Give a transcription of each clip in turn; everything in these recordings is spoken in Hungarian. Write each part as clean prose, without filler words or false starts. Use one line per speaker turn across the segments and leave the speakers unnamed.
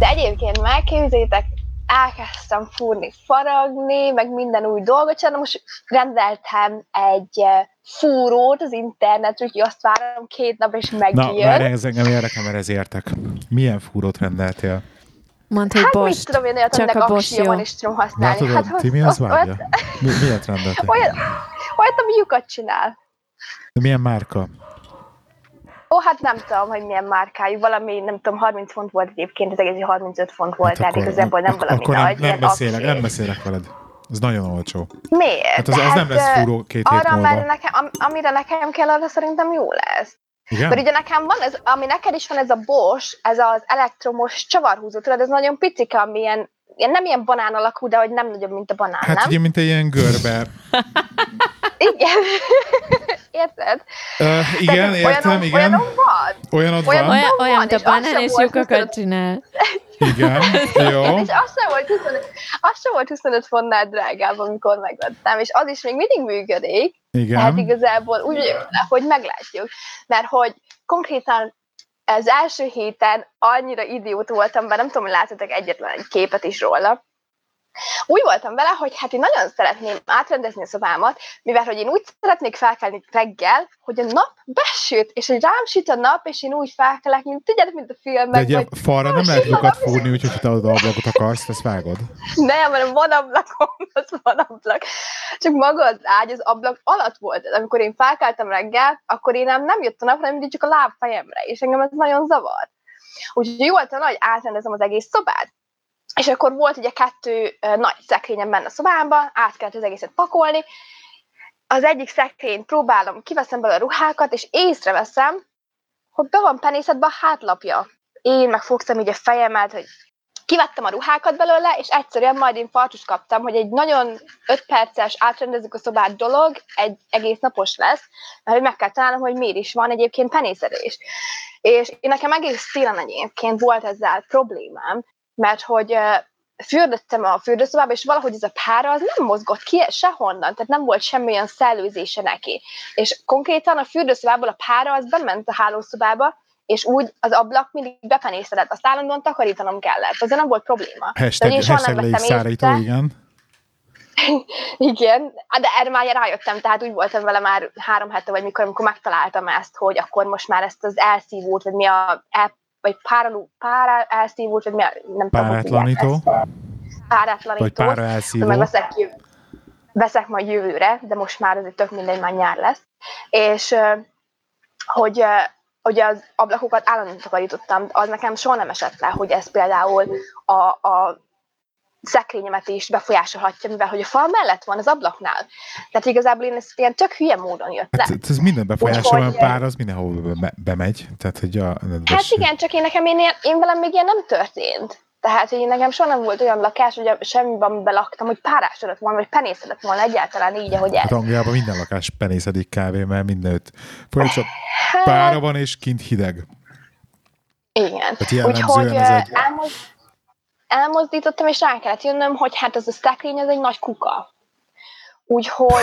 egyébként megképzeljétek, elkezdtem fúrni, faragni, meg minden új dolgot csinálni. Most rendeltem egy fúrót az internetre, úgyhogy azt várom 2 nap, és megjön.
Na, várjál, ez engem érdekel, mert ez értek. Milyen fúrót rendeltél?
Mondd, hogy
Bosch. Mit tudom én, olyat,
csak a Bosch
van, és tudom használni.
Látod, hát, Timi az vágja. Miért rendeltél?
Olyat, ami lyukat csinál.
De milyen márka?
Hát nem tudom, hogy milyen márkájú. Valami, nem tudom, 30 font volt egyébként, az egész 35 font volt, tehát igazából nem valami nagy.
Nem beszélek veled. Ez nagyon olcsó.
Miért?
Hát az nem lesz fúró 2 hét múlva.
Amire nekem kell, arra szerintem jó lesz.
Igen?
Mert ugye nekem van, ami neked is van, ez a Bosch, ez az elektromos csavarhúzó, tudod, ez nagyon picike, ami nem ilyen banán alakú, de hogy nem nagyobb, mint a banán,
hát
nem?
ugye, mint egy ilyen görbe.
Igen. Érted?
Igen, értem, igen.
Olyanok van.
Olyan, a banán és lyukakat csinál.
Igen, jó.
És az sem volt 25 fontnál drágább, amikor megvettem, és az is még mindig működik.
Igen.
Tehát igazából úgy vagyok vele, hogy meglátjuk. Mert hogy konkrétan az első héten annyira idiót voltam, mert nem tudom, hogy láttatok egyetlen egy képet is róla. Úgy voltam vele, hogy hát én nagyon szeretném átrendezni a szobámat, mivel hogy én úgy szeretnék felkelni reggel, hogy a nap besüt, és hogy rám süt a nap, és én úgy felkelek, mint tudjátok, mint a filmben.
De egy falra nem lehet lyukat fúrni, úgyhogy te oda ablakot akarsz, ezt vágod?
Nem, mert van ablakom, az van ablak. Csak maga az ágy az ablak alatt volt. Amikor én felkeltem reggel, akkor én nem jött a nap, hanem mindig csak a lábfejemre, és engem ez nagyon zavart. Úgyhogy jó volt, hogy átrendezem az egész szobát. És akkor volt ugye 2 nagy szekrényem benne a szobámban, át kellett az egészet pakolni. Az egyik szekrényt próbálom, kiveszem belőle a ruhákat, és észreveszem, hogy be van penészetbe a hátlapja. Én megfogtam így a fejemet, hogy kivettem a ruhákat belőle, és egyszerűen majd én fartus kaptam, hogy egy nagyon 5 perces átrendezzük a szobát dolog egy egész napos lesz, mert hogy meg kell találnom, hogy miért is van egyébként penészedés. És én nekem egész télen egyébként volt ezzel problémám, mert hogy fürdöttem a fürdőszobába, és valahogy ez a pára az nem mozgott ki sehonnan, tehát nem volt semmi olyan szellőzése neki. És konkrétan a fürdőszobából a pára az bement a hálószobába, és úgy az ablak mindig bepenészedett, azt állandóan takarítanom kellett. Ezzel nem volt probléma.
Hashtag szárító, igen.
Igen, de erre már rájöttem, tehát úgy voltam vele már 3 hete, vagy amikor megtaláltam ezt, hogy akkor most már ezt az elszívót, vagy mi vagy pára elszívót, vagy mi nem tudom,
Párátlanító.
Párátlanító.
Vagy pára elszívó.
Meg veszek majd jövőre, de most már azért tök mindegy, már nyár lesz. És hogy ugye az ablakokat állandóan takarítottam, az nekem soha nem esett le, hogy ez például a szekrényemet is befolyásolhatja, mivel hogy a fal mellett van az ablaknál. Tehát igazából én ezt ilyen tök hülye módon jött le.
Hát ez minden befolyásol, a pár az mindenhol bemegy. Tehát, hogy
hát igen, csak én velem még ilyen nem történt. Tehát, hogy nekem soha nem volt olyan lakás, hogy semmiben belaktam, hogy párásodott volna, vagy penészedett volna egyáltalán így, ahogy ez.
Hát Angliában minden lakás penészedik kávé, mert mindenütt folyamatosan pára van, és kint hideg.
Igen. Úgyhogy elmozdítottam, és rá kellett jönnöm, hogy hát ez a szekrény, ez egy nagy kuka. Úgyhogy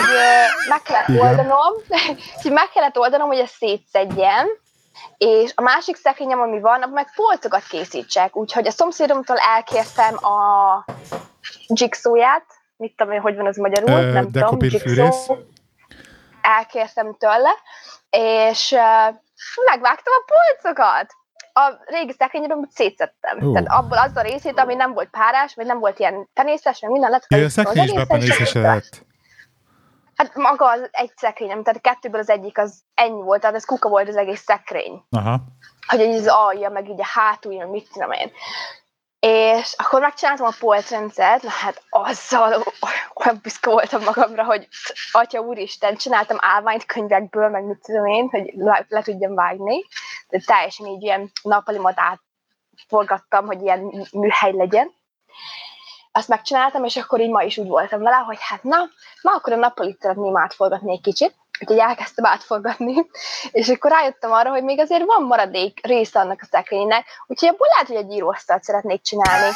meg kellett oldanom, hogy ez szétszedjen, és a másik szekrényem, ami van, abban meg polcokat készítsek. Úgyhogy a szomszédomtól elkértem a jigsaw-ját, mit tudom én, hogy van az magyarul, nem tudom, jigsaw. Elkértem tőle, és megvágtam a polcokat. A régi szekrényben szétszedtem. Tehát abból az a részét, ami nem volt párás, vagy nem volt ilyen penészes, meg minden lett.
A szekrény is bepenészesedett.
Hát maga az egy szekrényem, tehát 2-ből az egyik az ennyi volt, tehát ez kuka volt az egész szekrény.
Aha.
Hogy így az alja, meg így a hátulja, mit tudom én. És akkor megcsináltam a polcrendszert, na hát azzal olyan büszke voltam magamra, hogy atya úristen, csináltam állványt könyvekből, meg mit tudom én, hogy le tudjam vágni. De teljesen így ilyen nappalimat átforgattam, hogy ilyen műhely legyen. Azt megcsináltam, és akkor így ma is úgy voltam vele, hogy hát ma akkor a nappalit szeretném átforgatni egy kicsit. Úgyhogy elkezdtem átforgatni, és akkor rájöttem arra, hogy még azért van maradék része annak a szekrénynek, úgyhogy abból lehet, hogy egy íróasztalt szeretnék csinálni.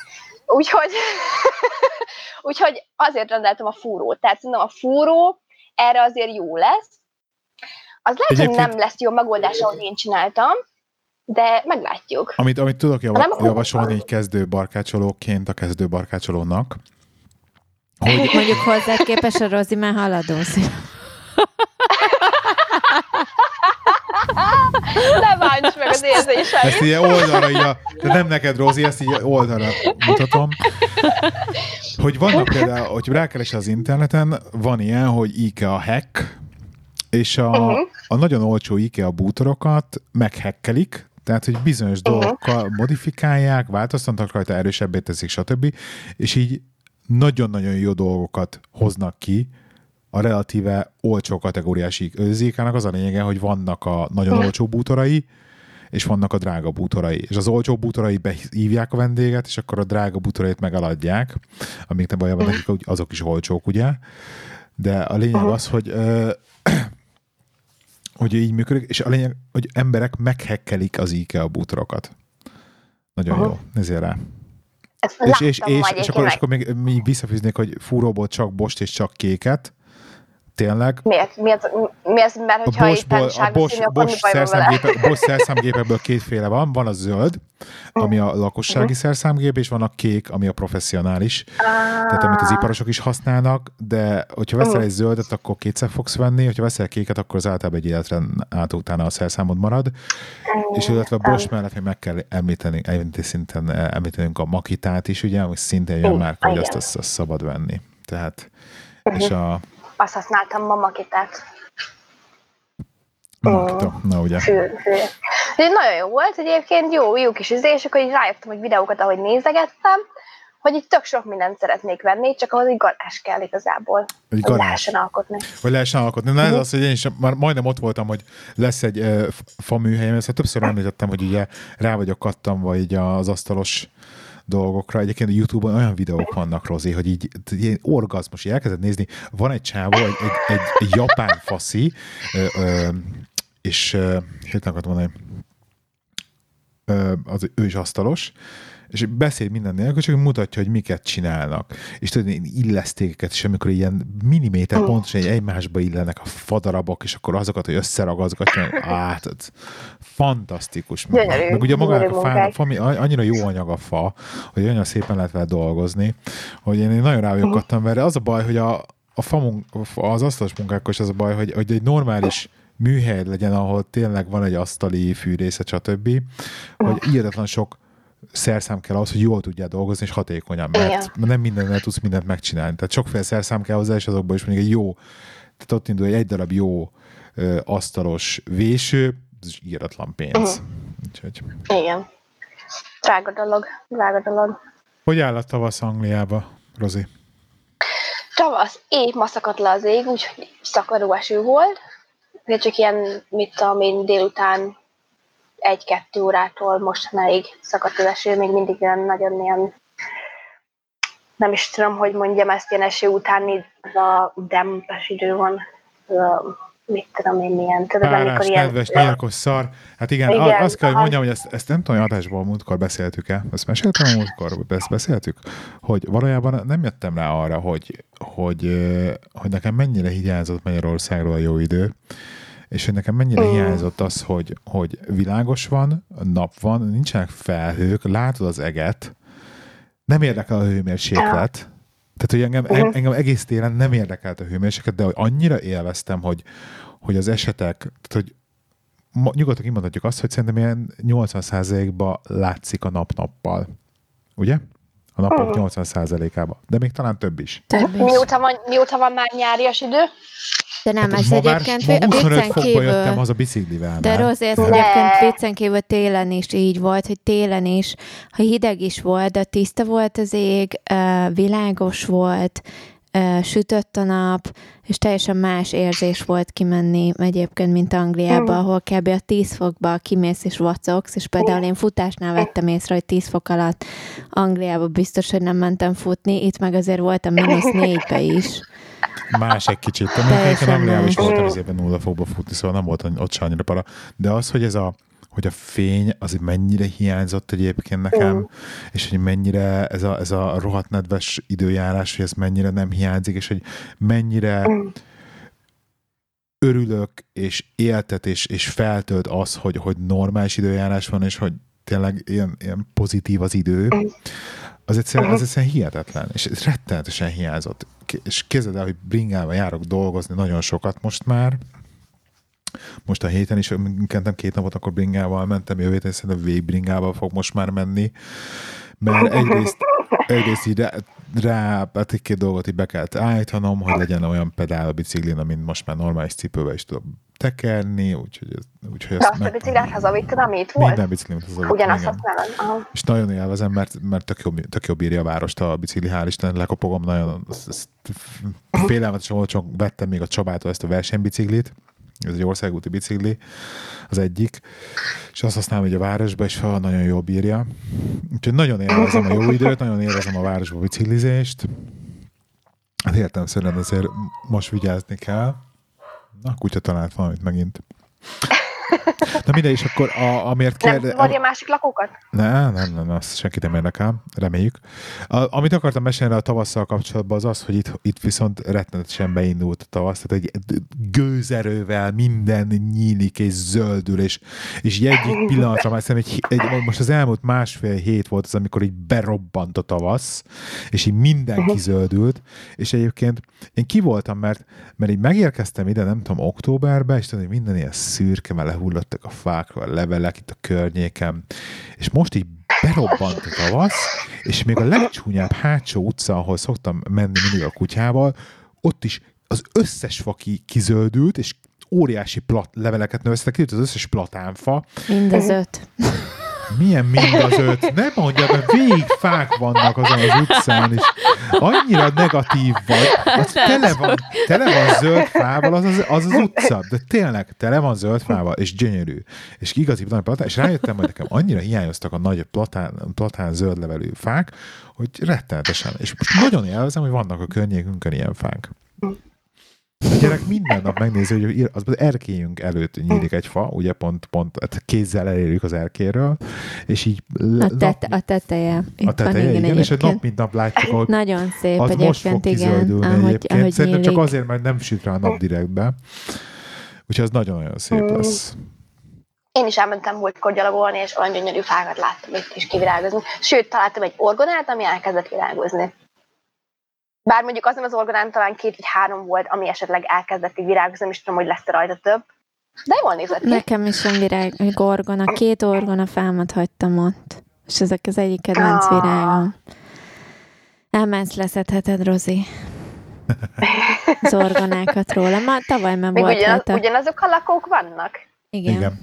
Úgyhogy azért rendeltem a fúrót. Tehát szerintem a fúró erre azért jó lesz. Az lehet, hogy nem lesz jó megoldás, ahogy én csináltam, de meglátjuk.
Amit tudok javasolni egy kezdőbarkácsolóként a kezdőbarkácsolónak,
hogy... Mondjuk hozzá képes a Rozi már haladózik.
Ne bánts meg az érzésem.
Ezt így oldalra, de nem neked, Rozi, ezt így oldalra mutatom. Hogy vannak például, hogy rákeres az interneten, van ilyen, hogy IKEA hack, és a nagyon olcsó IKEA bútorokat meghekkelik, tehát, hogy bizonyos dolgokkal modifikálják, változtatnak rajta, erősebbé teszik, stb. És így nagyon-nagyon jó dolgokat hoznak ki a relatíve olcsó kategóriás IKEA-nak. Az a lényege, hogy vannak a nagyon olcsó bútorai, és vannak a drága bútorai. És az olcsó bútorai behívják a vendéget, és akkor a drága bútorait megaladják, amik nem bajban nekik, azok is olcsók, ugye? De a lényeg az, hogy így működik, és a lényeg, hogy emberek meghekkelik az IKEA bútorokat. Nagyon jó, nézzél rá. És akkor még visszafűznék, hogy fúróból csak bost és csak kéket. Tényleg.
Miért? Mert hogyha éppen sárga színű, akkor mi baj van vele?
Bosch szerszámgépekből kétféle van. Van a zöld, ami a lakossági szerszámgép, és van a kék, ami a professzionális. Tehát amit az iparosok is használnak, de hogyha veszel egy zöldet, akkor kétszer fogsz venni, hogyha veszel kéket, akkor az általában egy életre át utána a szerszámod marad. És illetve a Bosch mellett még meg kell említenünk a Makitát is, ugye, ami szintén jön már, hogy azt szabad venni. Tehát, és
azt használtam ma Makitát.
Makita, na ugye.
Nagyon jó volt egyébként, jó kis és akkor így rájöttem, hogy videókat, ahogy nézegettem, hogy itt tök sok mindent szeretnék venni, csak ahhoz egy garázs kell igazából, hogy lehessen alkotni.
Hogy lehessen alkotni. Na ez az, hogy én is már majdnem ott voltam, hogy lesz egy fa műhelyem, ezt többször említettem, hogy ugye rá vagyok kattanva így az asztalos dolgokra. Egyébként a YouTube-on olyan videók vannak, Rozi, hogy így ilyen orgazmus, így elkezded nézni, van egy csávó, egy japán faszi, és hirtelen akartam mondani, ő is asztalos, és beszél minden nélkül, csak mutatja, hogy miket csinálnak. És tudod, illesztékeket, és amikor ilyen milliméter pontosan egymásba illenek a fadarabok, és akkor azokat, hogy összeragazgatja, fantasztikus.
Gyönyörű,
meg ugye magának a fának, annyira jó anyag a fa, hogy olyan szépen lehet vele dolgozni, hogy én nagyon rájökattam vele. Az a baj, hogy az asztalos munkákkal is az a baj, hogy egy normális műhely legyen, ahol tényleg van egy asztali fűrésze, stb., hogy írdatlan sok szerszám kell ahhoz, hogy jól tudjál dolgozni, és hatékonyan, mert nem mindennel tudsz mindent megcsinálni. Tehát sokféle szerszám kell hozzá, és azokból is mondjuk egy jó, tehát ott indul egy darab jó asztalos véső, ez is íratlan pénz. Úgyhogy.
Igen. Drága dolog.
Hogy áll a tavasz Angliába, Rozi?
Tavasz, épp ma szakadt le az ég, úgyhogy szakadó eső volt, de csak ilyen, mit tudom én, délután 1-2 órától mostanáig szakadt az eső, még mindig nagyon ilyen, nem is tudom, hogy mondjam ezt, ilyen eső utáni dempes idő van, mit tudom én milyen.
Párás, nedves, nyírkos, szar. Hát igen, azt kell, hogy mondjam, hogy ezt nem tudom, hogy adásból múltkor beszéltük-e. Ezt meséltem a múltkor, ezt beszéltük? Hogy valójában nem jöttem rá arra, hogy nekem mennyire hiányzott Magyarországról a jó idő, és hogy nekem mennyire hiányzott az, hogy világos van, nap van, nincsenek felhők, látod az eget, nem érdekel a hőmérséklet. Tehát, hogy engem egész télen nem érdekelt a hőmérséklet, de hogy annyira élveztem, hogy az esetek, tehát, hogy nyugodtan kimondhatjuk azt, hogy szerintem ilyen 80%-ba látszik a nap-nappal. Ugye? A napok 80%-ába. De még talán több is.
Mióta van már nyárias idő?
De nem,
hát
ez egyébként
ma 25 fokba jöttem haza biciklivel.
De Rozi, ez egyébként viccen kívül télen is így volt, hogy télen is, ha hideg is volt, de tiszta volt az ég, világos volt, sütött a nap, és teljesen más érzés volt kimenni egyébként, mint Angliába, ahol kb. A 10 fokba kimész és vacogsz, és például én futásnál vettem észre, hogy 10 fok alatt Angliába biztos, hogy nem mentem futni, itt meg azért voltam -4-be is.
Más egy kicsit. Teljesen Angliában is voltam azért 0 fokba futni, szóval nem volt ott se annyira para. De az, hogy a fény az mennyire hiányzott egyébként nekem, és hogy mennyire ez a rohadt nedves időjárás, hogy ez mennyire nem hiányzik, és hogy mennyire örülök, és éltet, és feltölt az, hogy normális időjárás van, és hogy tényleg ilyen pozitív az idő, az egyszerűen hihetetlen, és ez rettenetesen hiányzott. És képzeld el, hogy bringával járok dolgozni nagyon sokat most már. Most a héten is, mentem 2 napot, akkor bringával mentem, jövő héten szerintem végig bringával fog most már menni, mert egyrészt így rá hát 2 dolgot így be kellett állítanom, hogy legyen olyan pedál a biciklin, amint most már normális cipővel is tudom tekerni, úgyhogy
de azt a biciklát hazavitted, ami itt volt?
Minden biciklimet hazavittem.
Ugyanazt használod?
És nagyon élvezem, mert tök jó bírja a várost a bicikli, hál' Isten, lekopogom nagyon, félelmetes volt, csak vettem még a Csabától ezt a versenybiciklit, ez egy országúti bicikli, az egyik, és azt használom így a városba, és nagyon jól bírja. Úgyhogy nagyon élvezem a jó időt, nagyon élvezem a városba biciklizést. Hát értelemszerűen azért most vigyázni kell. Na, a kutya talált valamit megint. Na mindegy, és akkor amiért
Nem varja másik lakókat?
Nem, azt senkit nem érdekel, reméljük. Amit akartam mesélni a tavasszal kapcsolatban, az, hogy itt viszont rettenetesen beindult a tavasz, tehát egy gőzerővel minden nyílik és zöldül, és egyik pillanatra már szerintem most az elmúlt 1,5 hét volt az, amikor így berobbant a tavasz, és így minden kizöldült, és egyébként én ki voltam, mert így megérkeztem ide, nem tudom, októberbe, és tudom, hogy minden ilyen szürke, mert lehullottak a fákról, a levelek itt a környéken, és most így berobbant a tavasz, és még a legcsúnyább hátsó utca, ahol szoktam menni mindig a kutyával, ott is az összes fa kizöldült, és óriási leveleket növesztek, itt az összes platánfa.
Mind az 5.
Milyen mind az 5? Nem mondja, mert végig fák vannak azon az utcán is. Annyira negatív vagy. Az tele van zöld fával az utca. De tényleg tele van zöld fával, és gyönyörű. És igazi platán, és rájöttem, hogy nekem annyira hiányoztak a nagy platán zöld levelű fák, hogy rettenetesen. És most nagyon élvezem, hogy vannak a környékünkön ilyen fák. A gyerek minden nap megnézi, hogy az erkélyünk előtt nyílik egy fa, ugye pont kézzel elérjük az erkéről, és így...
A teteje.
A teteje, igen, és nap mint nap látjuk, hogy
nagyon szép
az
egyébként,
most fog kizöldülni egyébként. Szerintem csak azért, mert nem süt rá a nap direktbe. Úgyhogy az nagyon-nagyon szép lesz.
Én is elmentem múltkor gyalogolni, és olyan gyönyörű fákat láttam itt is kivirágozni. Sőt, találtam egy orgonát, ami elkezdett virágozni. Bár mondjuk az nem az orgonán, talán 2 vagy 3 volt, ami esetleg elkezdett így virágozni, nem is tudom, hogy lesz rajta több. De jól nézett ki.
Nekem is van orgona. 2 orgona fámat hagytam ott. És ezek az egyik kedvenc virágom. Elmensz, leszedheted, Rozi. Az orgonákat róla. Ma tavaly már volt
ugyanazok a lakók vannak?
Igen.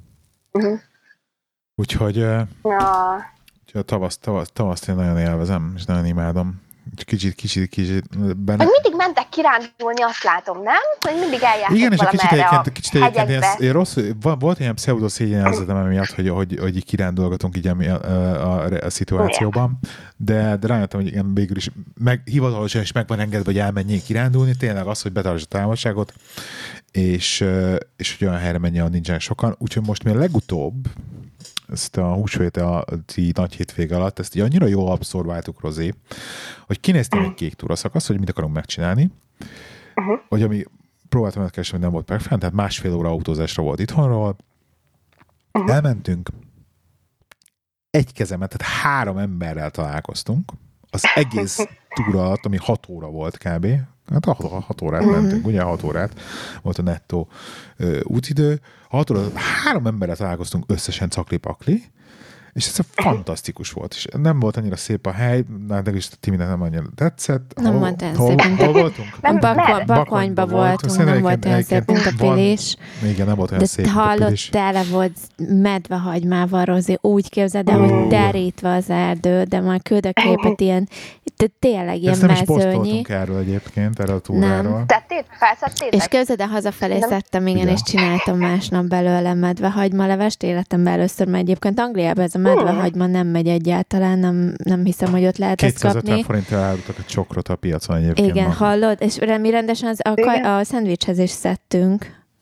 Úgyhogy a tavaszt én nagyon élvezem, és nagyon imádom. Kicsit benne.
Hogy mindig mentek kirándulni, azt látom, nem? Hogy mindig eljártak.
Igen, és
a
kicsit egyébként rossz, volt ilyen pseudo-szégyenérzetem emiatt, hogy így kirándulgatunk így a szituációban, de rájöttem, hogy igen, végül is hivatalosan is meg van engedve, hogy elmenjék kirándulni, tényleg az, hogy betartsd a távolságot, és hogy olyan helyre menjen, ahol nincsenek sokan. Úgyhogy most mi a legutóbb ezt a húsvéti nagy hétvége alatt, ezt így annyira jól abszorváltuk, Rozé, hogy kinéztem egy kék túraszakaszt, hogy mit akarunk megcsinálni, hogy ami próbáltam megkeresni, hogy nem volt perfekt, tehát 1,5 óra autózásra volt itthonról. Elmentünk, egy kezemet, tehát 3 emberrel találkoztunk, az egész túra alatt, ami 6 óra volt kb. Hát 6 órát mentünk, ugye 6 órát volt a nettó útidő. 6 óra, 3 emberrel találkoztunk összesen cakli-pakli, és ez fantasztikus volt. És nem volt annyira szép a hely, de is Timinek nem annyira tetszett.
Nem volt olyan szép, mint
hol voltunk?
Bakonyba voltunk, nem volt olyan szép, mint a Pilés.
Igen, nem volt olyan szép, mint a Pilés.
De tele volt medvehagymával, Rozi, úgy képzeld el, hogy derítve az erdő, de már ködöképet ilyen, tényleg ilyen mezőnyi.
Ezt nem is posztoltunk erről egyébként, erről a túráról.
Felszedtétek?
És képzeld el, hazafelé szedtem, igen, és csináltam másnap belőle medvehagymalevest, életemben először, mert egyébként Angliában ez a medvehagyma nem megy egyáltalán, nem hiszem, hogy ott lehet ezt kapni.
250 forinttal elárultak a csokrot a piacon egyébként.
Igen, hallod? És mi rendesen a szendvicshez is szedtünk.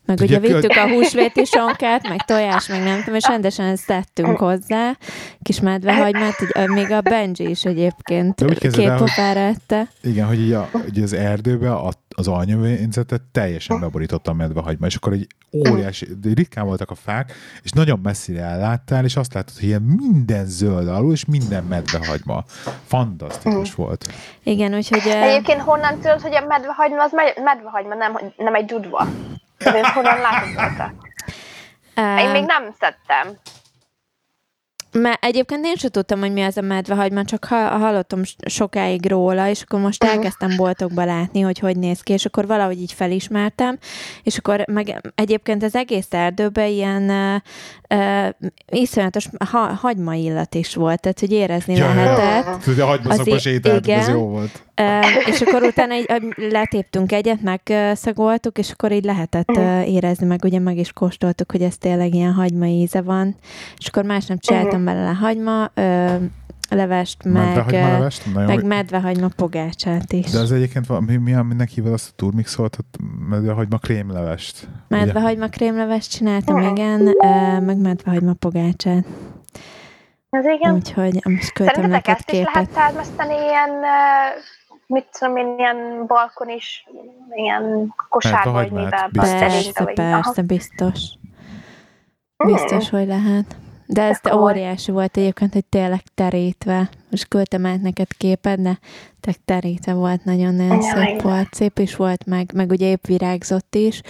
Meg ugye vittük a húsvéti sonkát, meg tojás, meg nem tudom, és rendesen ezt tettünk hozzá. Kis medvehagymát, még a Benji is egyébként 2 pofára ette.
Igen, hogy így az erdőbe az alnyoményzetet teljesen beborította a medvehagyma, és akkor egy óriási, ritkán voltak a fák, és nagyon messzire elláttál, és azt látod, hogy ilyen minden zöld alul, és minden medvehagyma. Fantasztikus volt.
Igen, úgyhogy...
Egyébként honnan tudod, hogy a medvehagyma az medvehagyma, nem egy dudva? Honnan látod? Én még nem szedtem.
Mert egyébként én sem tudtam, hogy mi az a medvehagyma, csak hallottam sokáig róla, és akkor most elkezdtem boltokba látni, hogy néz ki, és akkor valahogy így felismertem, és akkor meg egyébként az egész erdőben ilyen iszonyatos hagyma illat is volt, tehát hogy érezni lehetett.
A hagymaszokba sétáltunk, ez jó volt.
És akkor utána letéptünk egyet, megszagoltuk, és akkor így lehetett érezni, meg ugye meg is kóstoltuk, hogy ez tényleg ilyen hagyma íze van, és akkor másnap csináltam belőle hagyma levest, meg medvehagyma pogácsát is.
De az egyébként minek hívod azt a turmixolt, medvehagyma krémlevest?
Medvehagyma krémlevest csináltam, igen, meg medvehagyma pogácsát.
Az igen.
Úgyhogy most küldtem neked képet.
Szerintetek ezt is lehet termeszteni ilyen, mit tudom én, ilyen balkon is, ilyen kosárba, vagy mivel?
Persze, biztos. Biztos, hogy lehet. De ez óriási volt egyébként, hogy tényleg terítve. Most küldtem át neked képet, de terítve volt, nagyon szép volt. Szép is volt, meg ugye épp virágzott is.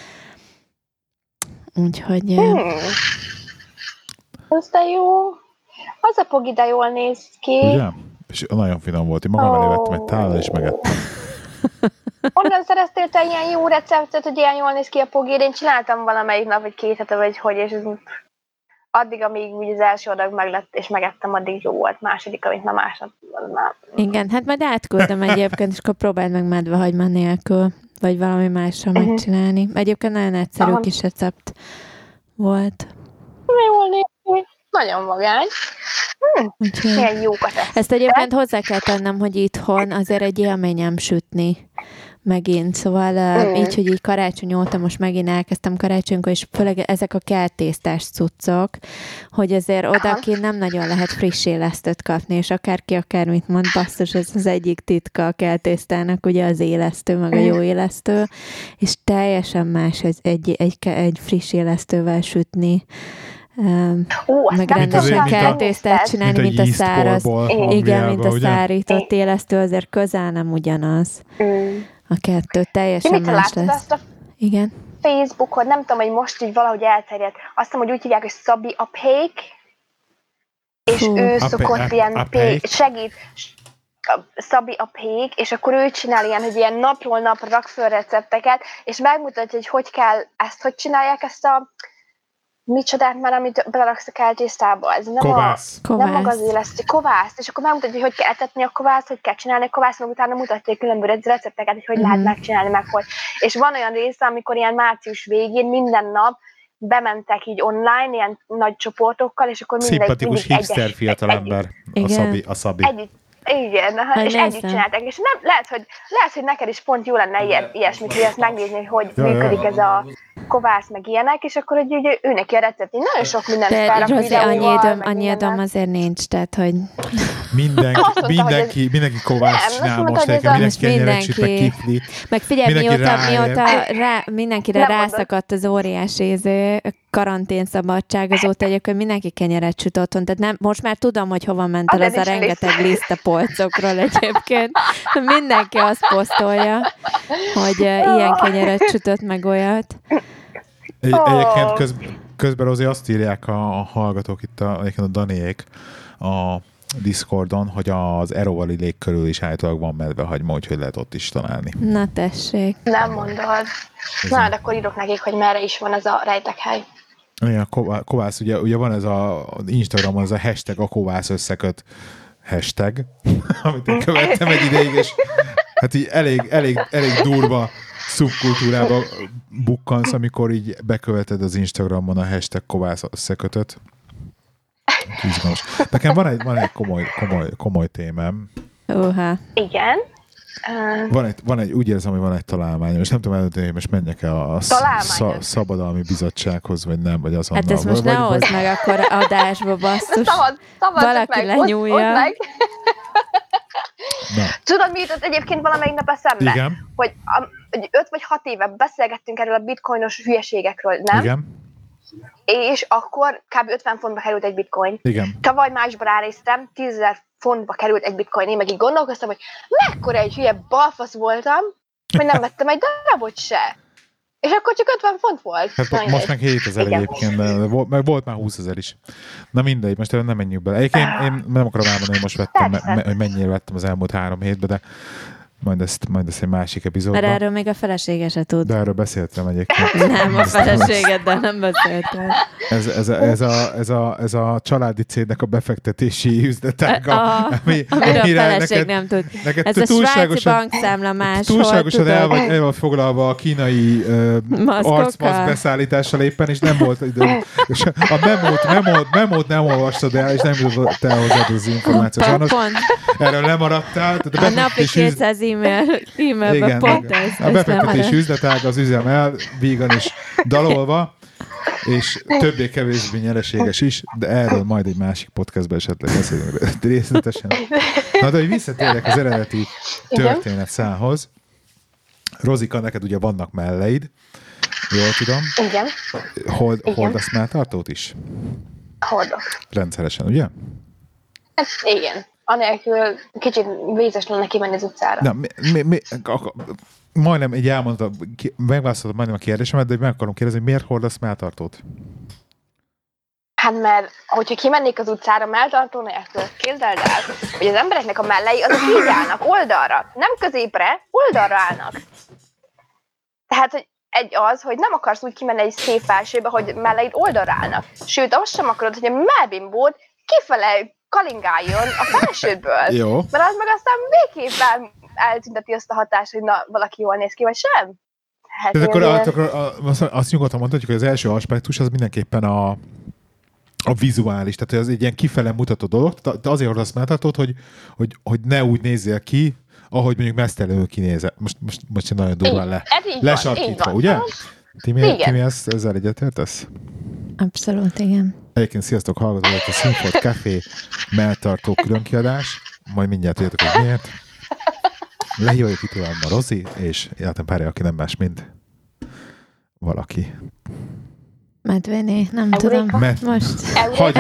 Úgyhogy...
Ez de jó. Az a pogi, de jól néz ki.
Ugye? És nagyon finom volt. Én magam elé vettem egy tállal, és megettem.
Onnan szereztél te ilyen jó receptet, hogy ilyen jól néz ki a pogi? Én csináltam valamelyik nap, vagy 2 hete, vagy hogy, és ez addig, amíg úgy az első adag meglett, és megettem, addig jó volt. Második, amit már másnap.
Igen, hát majd átküldöm egyébként, és akkor próbáld meg medvehagyma nélkül, vagy valami mással megcsinálni. Egyébként nagyon egyszerű kis recept volt.
Jól néz ki. Nagyon vagány. Milyen jókat esztek.
Ezt egyébként hozzá kell tennem, hogy itthon azért egy élményem sütni megint. Szóval így, hogy így karácsony óta most megint elkezdtem karácsonykor, és főleg ezek a keltésztás cuccok, hogy azért odakint nem nagyon lehet friss élesztőt kapni, és akárki akármit mond, basszus, ez az egyik titka a keltésztának, ugye az élesztő, meg a jó élesztő, és teljesen más egy friss élesztővel sütni. Meg rendesen keltésztát csinálni, mint a száraz. Igen, mint a szárított élesztő, azért közel nem ugyanaz. A kettő teljesen más lesz. Igen.
Facebookon, nem tudom, hogy most így valahogy elterjedt. Azt hiszem, hogy úgy hívják, hogy Szabi a Pék, és ő szokott ilyen segít. Szabi a Pék, és akkor ő csinál ilyen, hogy ilyen napról napra rak föl recepteket, és megmutatja, hogy kell ezt, hogy csinálják ezt a micsodát már, amit beleraksz a keltésztába. Ez nem
kovász.
Nem maga az élesztő. Kovászt. És akkor megmutatja, hogy kell etetni a kovászt, hogy kell csinálni a kovászt, meg utána mutatja különböző recepteket, hogy lehet megcsinálni, meg hogy. És van olyan része, amikor ilyen március végén minden nap bementek így online, ilyen nagy csoportokkal, és akkor
szimpatikus hipster fiatalember, a Szabi.
Igen, és együtt csinálták, és nem, lehet, hogy neked is pont jó lenne ilyesmit, hogy ezt megnézni, hogy működik ez a kovász, meg ilyenek, és akkor hogy ő neki a recept, nagyon sok mindent felrak
videóval. Annyi időm azért nincs, tehát, hogy...
Mindenki kovász csinál most, mindenki kenyeret süt, meg kiflit.
Meg figyelj, mióta mindenkire rászakadt az óriási karanténszabadság, azóta egyébként mindenki kenyeret süt otthon, tehát most már tudom, hogy hova ment el az a rengeteg liszt a polcokról egyébként. Mindenki azt posztolja, hogy ilyen kenyeret sütött, meg olyat.
Egyébként közben azért azt írják a hallgatók itt, egyébként a Daniék a Discordon, hogy az Erovali lég körül is állítólag van medvehagyma, úgyhogy lehet ott is találni.
Na tessék.
Nem mondod. Na, de akkor írok nekik, hogy merre is van ez a rejtekhely.
Igen, a kovász, ugye van ez a Instagramon, ez a hashtag a kovász összeköt hashtag, amit én követtem egy ideig, és hát így elég durva szubkultúrába bukkansz, amikor így beköveted az Instagramon a hashtag kovász összekötöt. Izgalmas. Nekem van egy komoly témám.
Uh-huh.
Igen.
Van egy, úgy érzem, hogy van egy találmány, és nem tudom eldönteni, hogy most menjek-e a szabadalmi bizottsághoz, vagy nem, vagy azonnal.
Hát ezt most ne hozd meg akkor adásba, basszus. Valaki meg, lenyúlja. Meg.
Tudod, mi jutott egyébként valamelyik nap eszembe?
Igen.
Hogy 5 vagy 6 éve beszélgettünk erről a bitcoinos hülyeségekről, nem?
Igen.
És akkor kb. 50 fontba került egy bitcoin.
Igen.
Tavaly májusban ránéztem, 10 000 fontba került egy bitcoin. Én meg így gondolkoztam, hogy mekkora egy hülye balfasz voltam, hogy nem vettem egy darabot se. És akkor csak 50 font volt.
Hát most meg 7000 egyébként, de meg volt már 20 000 is. Na mindegy, most nem menjünk bele. Egyébként én nem akarom elmondani, hogy most vettem, hogy mennyire vettem az elmúlt 3 hétben, de majd ezt egy másik epizódban.
Mert erről még a felesége se tud.
De erről beszéltem egyébként.
Nem, a feleségeddel nem beszéltem.
Ez a családi cégnek a befektetési üzletága.
Amiről a feleség nem tud. Ez a svájci bankszámla máshol.
Túlságosan el van foglalva a kínai arcmaszk beszállítással éppen, és nem volt idő. És a memót nem olvastad el, és nem jutott el hozzád az információ.
Pont.
Erről lemaradtál.
A napi 200 e-mailbe pont ez.
A befektetési üzletág az üzemel, vígan is dalolva, és többé-kevésbé nyereséges is, de erről majd egy másik podcastben esetleg beszélünk részletesen. Na, de hogy visszatérek az eredeti történetszálhoz. Rozika, neked ugye vannak melleid, jól tudom.
Igen.
Hordasz melltartót is?
Hordok.
Rendszeresen, ugye?
Hát, igen. Anélkül kicsit vészes lenne kimenni az utcára.
Na, majdnem így elmondtam, megválaszoltam majdnem a kérdésemet, de meg akarom kérdezni, hogy miért hordasz melltartót?
Hát mert, hogyha kimennék az utcára melltartó nélkül, képzeld el, hogy az embereknek a mellei azok így állnak, oldalra, nem középre, oldalra állnak. Tehát, hogy hogy nem akarsz úgy kimenni egy szép felsőbe, hogy melleid oldalra állnak. Sőt, azt sem akarod, hogy a mellbimbód kifele kalingáljon a felsődből.
Jó.
Mert az meg aztán végképp eltünteti azt a hatást, hogy na, valaki jól néz ki, vagy sem. Hát
akkor azt nyugodtan mondhatjuk, hogy az első aspektus az mindenképpen a vizuális, tehát ez egy ilyen kifele mutató dolog, de azért hordasz melltartót, hogy ne úgy nézzél ki, ahogy mondjuk mesztelenül kinézel. Most nagyon durván lesarkítva, ugye? Timi, ezzel egyetértesz?
Abszolút, igen.
Egyébként sziasztok, hallgatók, a Színfolt Café melltartó különkiadás. Majd mindjárt tudjátok, hogy miért. Lehívjuk itt tovább a Rozi, és játem párja, aki nem más, mint valaki.
Medvéné, nem tudom. Most.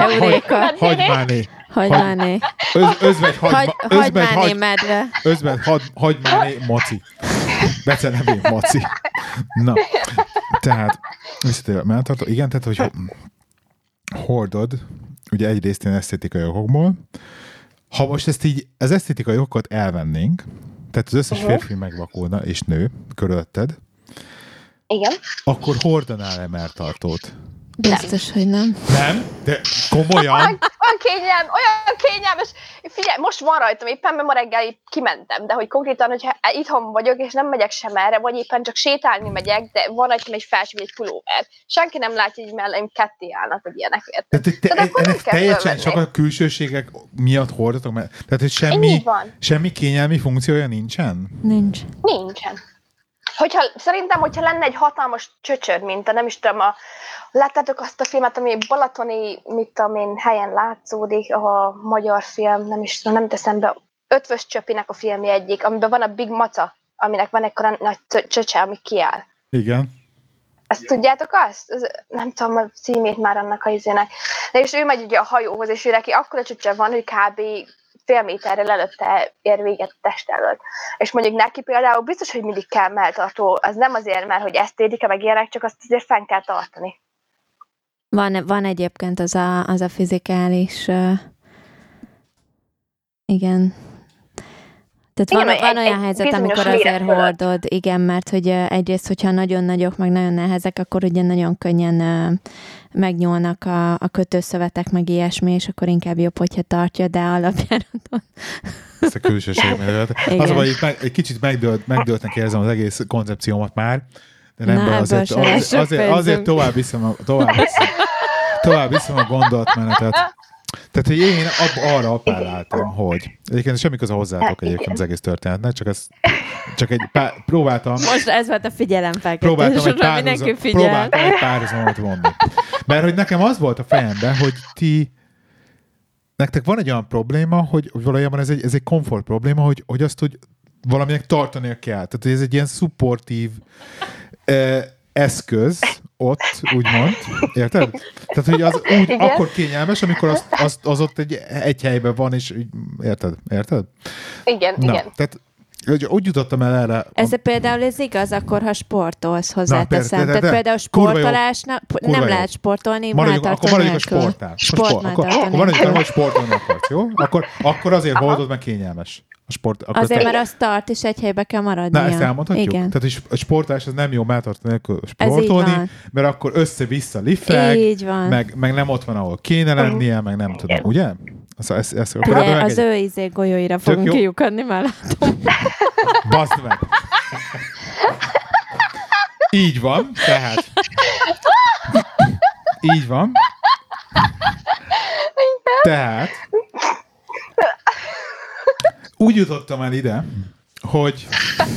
Hagymáné. Özvegy
hagymáné medve.
Özvegy hagymáné maci. Bece nevén maci. Na, tehát visszatérve a melltartó. Igen, tehát, hogy hordod, ugye egyrészt ilyen esztétikai okokból. Ha most ezt így, az esztétikai okokat elvennénk, tehát az összes férfi megvakulna, és nő körülötted,
igen,
akkor hordanál-e melltartót?
Biztos, hogy nem.
Nem? De komolyan?
Olyan kényelmes. Figyelj, most van rajtam éppen, mert ma reggel kimentem, de hogy konkrétan, hogyha itthon vagyok, és nem megyek sem erre, vagy éppen csak sétálni megyek, de van rajtam egy felső, egy pulóver. Senki nem látja, hogy melleim ketté állnak, vagy ilyenek.
Ennek teljesen csak a külsőségek miatt hordatok? Tehát, hogy semmi kényelmi funkciója nincsen?
Nincsen. Szerintem, hogyha lenne egy hatalmas csöcsör, mint nem is tudom, láttátok azt a filmet, ami balatoni, mit tudom én, helyen látszódik, a magyar film, nem is tudom, nem teszem be, Ötvös Csöpinek a filmje egyik, amiben van a Big Maca, aminek van ekkora nagy csöcse, ami kiáll.
Igen.
Ezt tudjátok azt? Nem tudom a címét már annak a izének. De és ő megy ugye a hajóhoz, és ő neki akkora csöcse van, hogy kb. Fél méterrel előtte ér véget a test előtt. És mondjuk neki például biztos, hogy mindig kell melltartó. Az nem azért, mert hogy esztétika meg ilyenek, csak azt azért fenn kell tartani.
Van egyébként az a fizikális... igen. Tehát igen, van olyan helyzet, amikor azért hordod, igen, mert hogy egyrészt, hogyha nagyon nagyok, meg nagyon nehezek, akkor ugye nagyon könnyen megnyúlnak a kötőszövetek, meg ilyesmi, és akkor inkább jobb, hogyha tartja, de alapjáraton.
Ezt a külsőség mellett. Az, hogy egy kicsit megdőltnek érzem az egész koncepciómat már, de nem azért tovább viszem a gondolatmenetet. Tehát, hogy én arra appelláltam, hogy egyébként semmi köze hozzátok egyébként az egész történetnek, csak egy próbáltam...
Most ez volt a figyelemfelkeltés,
próbáltam egy párhuzamot vonni. Mert hogy nekem az volt a fejemben, hogy nektek van egy olyan probléma, hogy valójában ez egy komfort probléma, hogy azt úgy valaminek tartania kell. Tehát, hogy ez egy ilyen szupportív eszköz ott, úgymond. Érted? Tehát, hogy az úgy akkor kényelmes, amikor az ott egy helyben van, és érted?
Igen.
Tehát úgy jutottam el erre.
Ez például ez igaz, akkor ha sportolsz, hozzáteszem. Tehát például sportolásnak nem lehet sportolni,
akkor maradjunk a sportnál. Akkor maradjunk, hogy sportolni akarsz, jó? Akkor azért holdod, meg kényelmes.
Azért, mert az tart, és egy helybe kell maradnia.
Na, ezt elmondhatjuk? Igen. Tehát a sportolás az nem jó melltartani nélkül sportolni, mert akkor össze-vissza lifeg, meg nem ott van, ahol kéne lennie, meg nem tudom, ugye?
Az ő golyóira fogunk kiukadni, már látom.
Baszd meg! Így van, tehát. Így van. Tehát úgy jutottam el ide, hogy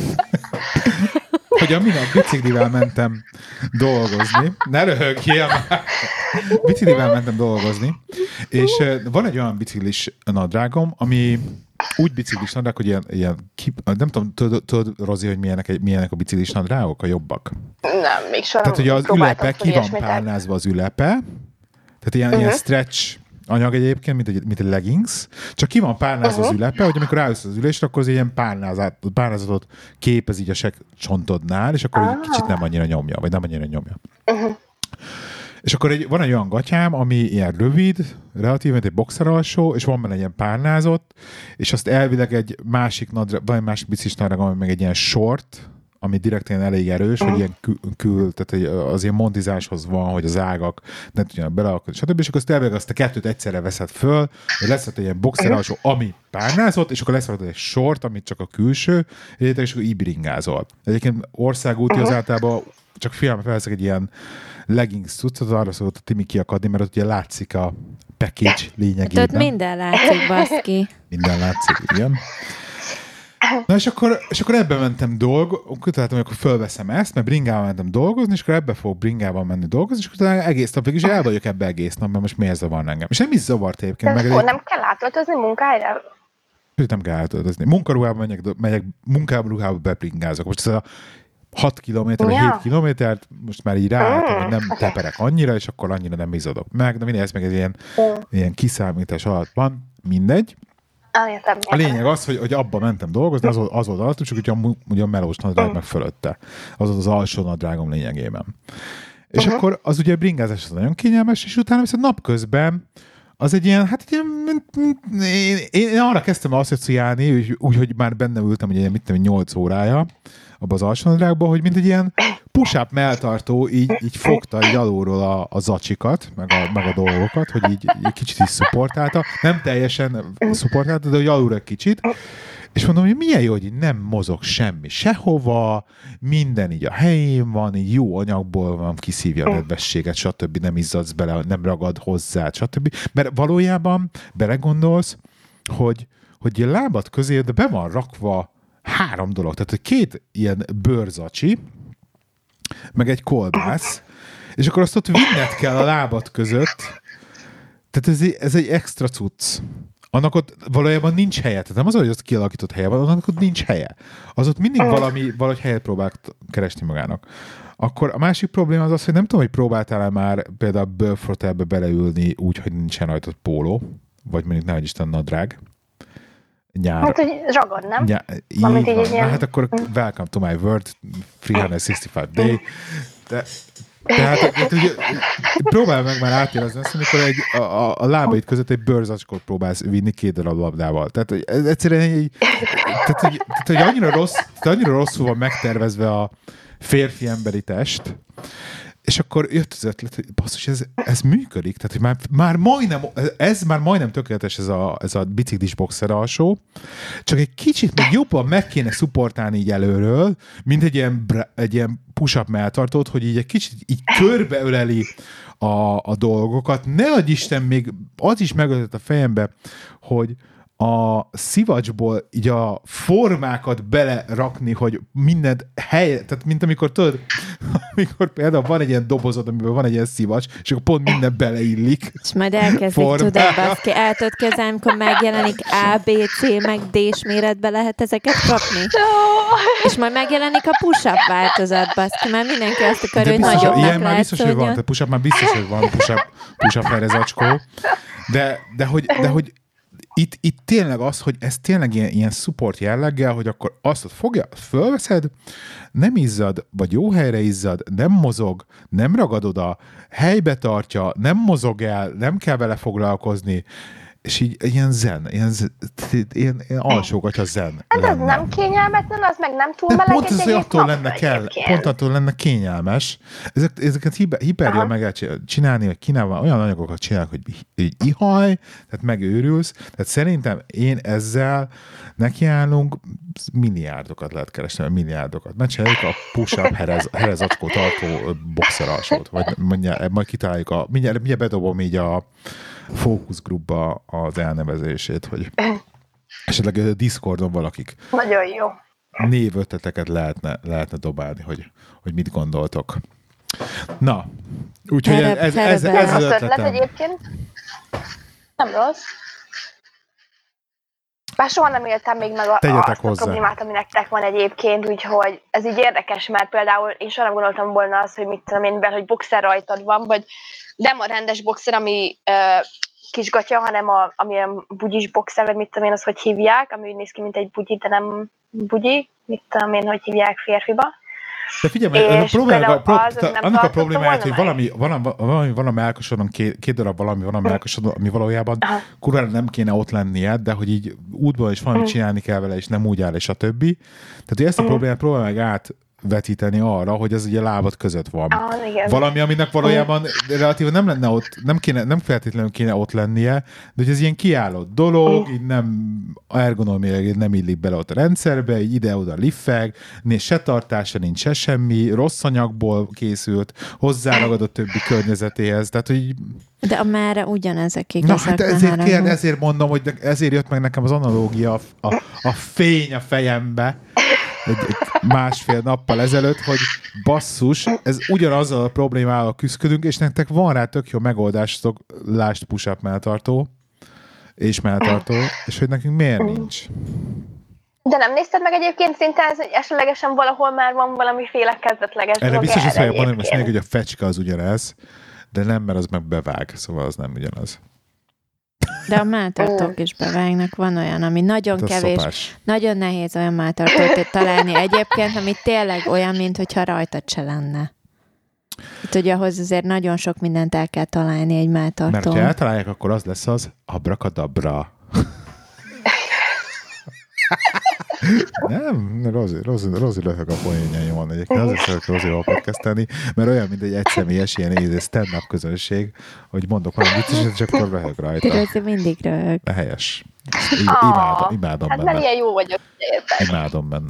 a minap biciklivel mentem dolgozni. Ne röhögjél már! Biciklivel mentem dolgozni, és van egy olyan biciklis nadrágom, ami úgy biciklis nadrág, hogy ilyen nem tudom, tudod, Rozi, hogy milyenek a biciklis nadrágok, a jobbak?
Nem, még soha.
Tehát, hogy az ülepe, ki van párnázva az ülepe, tehát ilyen stretch anyag egyébként, mint egy leggings, csak ki van párnázva az ülepe, hogy amikor rájössz az ülésre, akkor az ilyen párnázatot képez így a csontodnál, és akkor egy kicsit nem annyira nyomja, vagy nem annyira nyomja. És akkor van egy olyan gatyám, ami ilyen rövid, relatíven egy boxer alsó, és van benne egy ilyen párnázott, és azt elvileg egy másik biciklis nadrág, ami meg egy ilyen short, ami direkt ilyen elég erős, hogy ilyen tehát az ilyen montizáshoz van, hogy az ágak ne tudjanak beleakadni, stb. És akkor azt a kettőt egyszerre veszed föl, hogy lesz egy ilyen boxer alsó, ami párnázott, és akkor lesz egy short, amit csak a külső, és akkor így bringázol. Egyébként országúti az általában csak felveszek egy ilyen leggings cuccot, arra szólt a Timi kiakadni, mert ott ugye látszik a package lényegében.
Tehát minden látszik, baszki.
Minden látszik, igen. Na és akkor ebben mentem találtam, hogy akkor fölveszem ezt, mert bringával mentem dolgozni, és akkor ebbe fogok bringával menni dolgozni, és akkor egész nap végül is el vagyok ebbe egész nap, mert most miért zavar engem. És nem is zavart egyébként.
Nem kell átöltözni munkára?
Nem kell átöltözni. Munkaruhában megyek munkaruhába bebringázok. Most ez a 6 kilométer, 7 kilométert, most már így ráálltam, hogy nem teperek annyira, és akkor annyira nem izadok meg, de mindegy, ez meg egy ilyen kiszámítás alatt van, mindegy. A lényeg az, hogy abba mentem dolgozni, az volt alatt, csak ugye a melós nadrág meg fölötte. Az volt az alsó nadrágom lényegében. És akkor az ugye bringázás az nagyon kényelmes, és utána viszont napközben az egy ilyen, én arra kezdtem asszociálni, úgyhogy már benne ültem, ugye mit tudom, 8 órája abban az alsó nadrágban, hogy mint egy ilyen push-up melltartó így fogta így alulról a zacsikat, meg a dolgokat, hogy így kicsit is szupportálta. Nem teljesen szupportálta, de hogy alulra kicsit. És mondom, hogy milyen jó, hogy így nem mozog semmi sehova, minden így a helyén van, így jó anyagból van, kiszívja a nedvességet, stb. Nem izzadsz bele, nem ragad hozzá, stb. Mert valójában belegondolsz, hogy a lábad közé de be van rakva 3 dolog. Tehát 2 ilyen bőrzacsi, meg egy kolbász, és akkor azt ott vinned kell a lábad között. Tehát ez egy extra cucc. Annak ott valójában nincs helye. Tehát nem az, hogy az kialakított helye van, annak ott nincs helye. Az ott mindig valahogy helyet próbál keresni magának. Akkor a másik probléma az, hogy nem tudom, hogy próbáltál-e már például a bőrfrotelbe beleülni úgy, hogy nincsen rajtad póló, vagy mondjuk nehogy Isten nadrág. Nyár.
Hát, hogy ragad, nem?
Hát akkor welcome to my world, 365 day. Tehát próbálj meg már átérezni azt, amikor a lábaid között egy bőrzacskót próbálsz vinni 2 darab labdával. Tehát ez egyszerűen hogy annyira rosszul van megtervezve a férfi emberi test, És akkor jött az ötlet, hogy basszus, ez működik, tehát hogy már majdnem tökéletes ez a biciklis boxer alsó, csak egy kicsit még jobban meg kéne szupportálni így előről, mint egy ilyen push-up melltartót, hogy így egy kicsit így körbeöleli a dolgokat. Ne adj Isten, még az is megötött a fejembe, hogy a szivacsból így a formákat belerakni, hogy mindent tehát mint amikor tudod, amikor például van egy ilyen dobozod, amiben van egy ilyen szivacs, és akkor pont minden beleillik.
És majd elkezdik, tudod, baszki, el tudod kezelni, amikor megjelenik A, B, C, meg D-s méretbe lehet ezeket kapni. És majd megjelenik a push-up változat, baszki, mert mindenki azt akarja, hogy nagyobbnak
ilyen már
látsz,
biztos, hogy van, tehát push-up már biztos, hogy van push-up ferezacskó, de hogy itt tényleg az, hogy ez tényleg ilyen support jelleggel, hogy akkor azt fölveszed, nem izzad, vagy jó helyre izzad, nem mozog, nem ragad oda, helybe tartja, nem mozog el, nem kell vele foglalkozni, és így ilyen zen, ilyen alsógatya zen.
Ez az nem kényelmetlen, az meg nem túl meleg.
Pont az, hogy attól lenne kényelmes. Ezeket hiperjel meg lehet csinálni, hogy kínálva olyan anyagokat csinálnak, hogy ihaj, tehát megőrülsz. Tehát szerintem én ezzel nekiállunk, milliárdokat lehet keresni, milliárdokat. Megcsináljuk a push-up herezacskó tartó boxer alsót, vagy majd kitaláljuk mindjárt bedobom így a Focus Groupba az elnevezését, hogy esetleg a Discordon valakik
nagyon jó
névötleteket lehetne dobálni, hogy mit gondoltok. Na, úgyhogy ez az ötletem.
Egyébként nem rossz. Bár soha nem éltem még meg azt a problémát, ami nektek van egyébként, úgyhogy ez így érdekes, mert például én soha nem gondoltam volna azt, hogy mit tudom én, hogy boxer rajtad van, vagy nem a rendes boxer, ami kisgatya, hanem amilyen bugyis boxer, vagy mit tudom én, az hogy hívják, ami úgy néz ki, mint egy bugyi, de nem bugyi, mit tudom én, hogy hívják férfiba.
De figyelj, annak a problémáját, hogy valami melkosodon, két darab valami van a melkosodon, ami valójában kurvára nem kéne ott lennie, de hogy így útból is valamit csinálni kell vele, és nem úgy áll, és a többi. Tehát, hogy ezt a problémát próbál meg átvetíteni arra, hogy ez ugye a lábad között van. Valami, aminek valójában relatíve nem lenne ott, nem feltétlenül kéne ott lennie, de hogy ez ilyen kiállott dolog, így nem ergonomiailag nem illik bele ott a rendszerbe, így ide-oda liffeg, se tartása nincs, se semmi, rossz anyagból készült, hozzáragad a többi környezetéhez, tehát hogy
de a mára ugyanezek igazak.
Na, hát ezért mondom, hogy ezért jött meg nekem az analógia, a fény a fejembe, egy másfél nappal ezelőtt, hogy basszus, ez ugyanazzal a problémával küzdködünk, és nektek van rá tök jó megoldásotok, lásd push-up melltartó, és hogy nekünk miért nincs?
De nem nézted meg egyébként szinte ez, hogy esetlegesen valahol már van valamiféle kezdetleges dolog.
Erre biztos, hogy a fecske az ugyanez, de nem, mert az meg bevág, szóval az nem ugyanaz.
De a melltartók is bevágnak, van olyan, ami nagyon kevés, szopás. Nagyon nehéz olyan melltartót találni egyébként, ami tényleg olyan, mintha rajtad se lenne. Itt ugye ahhoz azért nagyon sok mindent el kell találni egy melltartón.
Mert ha eltalálják, akkor az lesz az abrakadabra. Nem, Rozi löhög a poénjaimon egyébként. Azért szeretek Rozival podcastelni, mert olyan, mint egy egyszemélyes ilyen stand-up közönség, hogy mondok valami vicces, és akkor röhög rajta.
Rozi mindig röhög.
Helyes. Imádom
hát
benne.
mert ilyen jó vagyok. Érted.
Imádom benne.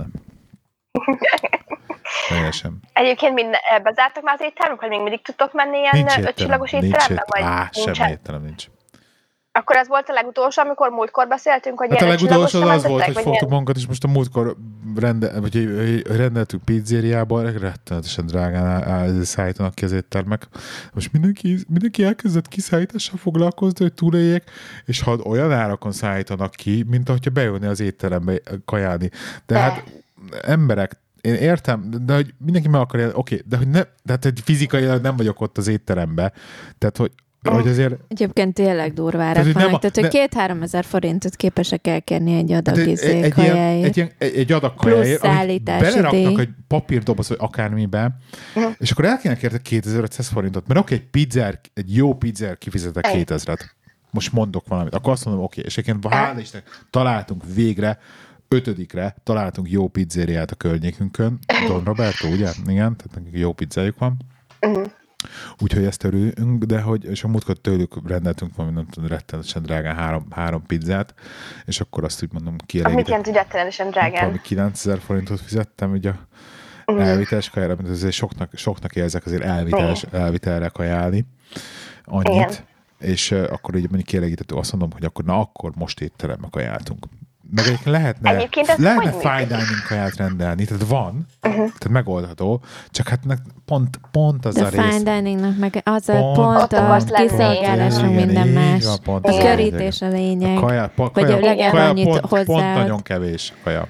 Teljesen.
Egyébként bezártak már az éttermek, hogy még mindig tudtok menni ilyen 5 csillagos étterembe?
Semmi étterem nincs.
Akkor ez volt a legutolsó, amikor múltkor beszéltünk, hogy
hát a legutolsó az volt, hogy fogtuk magunkat, és most a múltkor rendeltük pizzériába, rettenetesen drágán szállítanak ki az éttermek. Most mindenki elkezdett kiszállítással foglalkozni, hogy túléljék, és ha olyan árakon szállítanak ki, mint ahogyha bejönni az étterembe kajálni. De hát emberek, én értem, de hogy mindenki meg akarja, oké, de hogy de hát egy fizikailag nem vagyok ott az étterembe, tehát hogy azért...
Egyébként tényleg durvára vannak, tehát hogy 2-3 ezer forintot képesek elkérni egy adag kajáért.
Egy adag kajáért, amit beleraknak egy papírdoboz, vagy akármibe, és akkor el kéne kérni 2500 forintot, mert oké, egy jó pizzer kifizetek 2000-et. Most mondok valamit. Akkor azt mondom, oké, és egyébként hála Istennek találtunk végre 5-re találtunk jó pizzériát a környékünkön. Don Roberto, ugye? Igen, tehát nekik jó pizzájuk van. Úgyhogy ezt örülünk, de hogy, és a múltkor tőlük rendeltünk valami, nem tudom, rettenetesen drágán három pizzát, és akkor azt úgy mondom kielégített.
Mit jelent, hogy rettenetesen drágán?
Valami 9000 forintot fizettem, ugye elviteles kajára, mert azért soknak érzek azért elvitelre kajálni annyit, igen. És akkor így mondjuk kielégítettő, azt mondom, hogy akkor most étterembe kajáltunk. Meg egyébként lehetne fine dining kaját rendelni, tehát van, tehát megoldható, csak hát pont az
de
a rész.
De fine diningnak meg az a pont a kiszolgálás, minden más. A körítés a lényeg. Vagy legalább annyit hozzá.
Pont nagyon kevés kaja.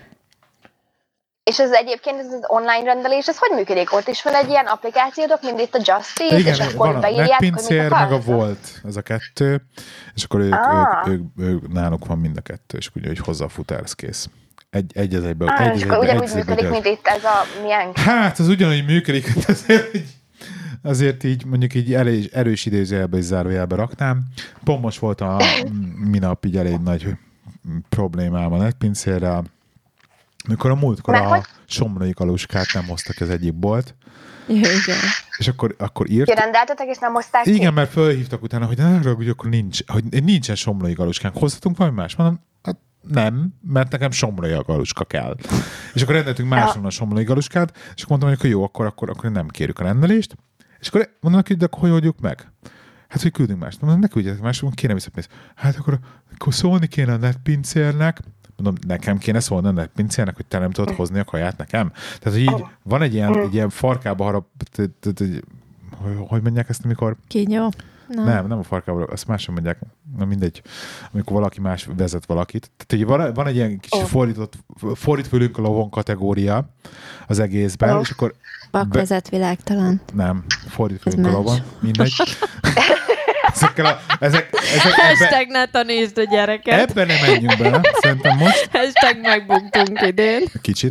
És ez egyébként ez az online rendelés, ez hogy működik? Ott is van egy ilyen applikációdok, mint itt a Just Eat,
igen,
és akkor
van
beírják,
hogy mit meg a Volt, ez a kettő, és akkor ők náluk van mind a kettő, és ugye, hogy hozzá a futár, kész. Egy az egyben.
És akkor ugyanúgy működik, mint itt ez a milyen?
Hát, az ugyanúgy működik, azért így mondjuk így erős idézőjelbe és zárójelbe raknám. Pont most volt a minap így elég nagy problémám a netpincérrel, mikor a múltkor a somlói kaluskát nem hoztak az egyik bolt.
Igen.
És akkor írt.
Rendeltetek, és nem hozták ki?
Igen, mert fölhívtak utána, hogy ne ragudj, akkor nincsen somlói kaluskánk. Hozhatunk valami más? Mondom, hát nem, mert nekem somlói kaluska kell. És akkor rendeltünk máson a somlói kaluskát, és akkor mondtam, hogy jó, akkor nem kérjük a rendelést. És akkor mondom neki, de akkor hogy oldjuk meg? Hát, hogy küldünk mást. Mondom, ne küldjetek mást, kéne visszapénzt. Hát akkor szólni kéne a netpincérnek. Mondom, nekem kéne szólni a netpincérnek, hogy te nem tudod hozni a kaját nekem. Tehát, hogy így van egy ilyen farkába harap, hogy mondják ezt, amikor...
Kínyó?
Nem a farkába, azt máson mondják, mindegy, amikor valaki más vezet valakit. Tehát, hogy van egy ilyen kicsit fordítfülünk a lovon kategória az egészben, és akkor...
Bakvezet világtalan.
Nem, fordítfülünk a lovon, mindegy.
Hashtag ne tanítsd a gyereket.
Ebben nem menjünk bele, szerintem most.
Hashtag megbuktunk idén.
Kicsit.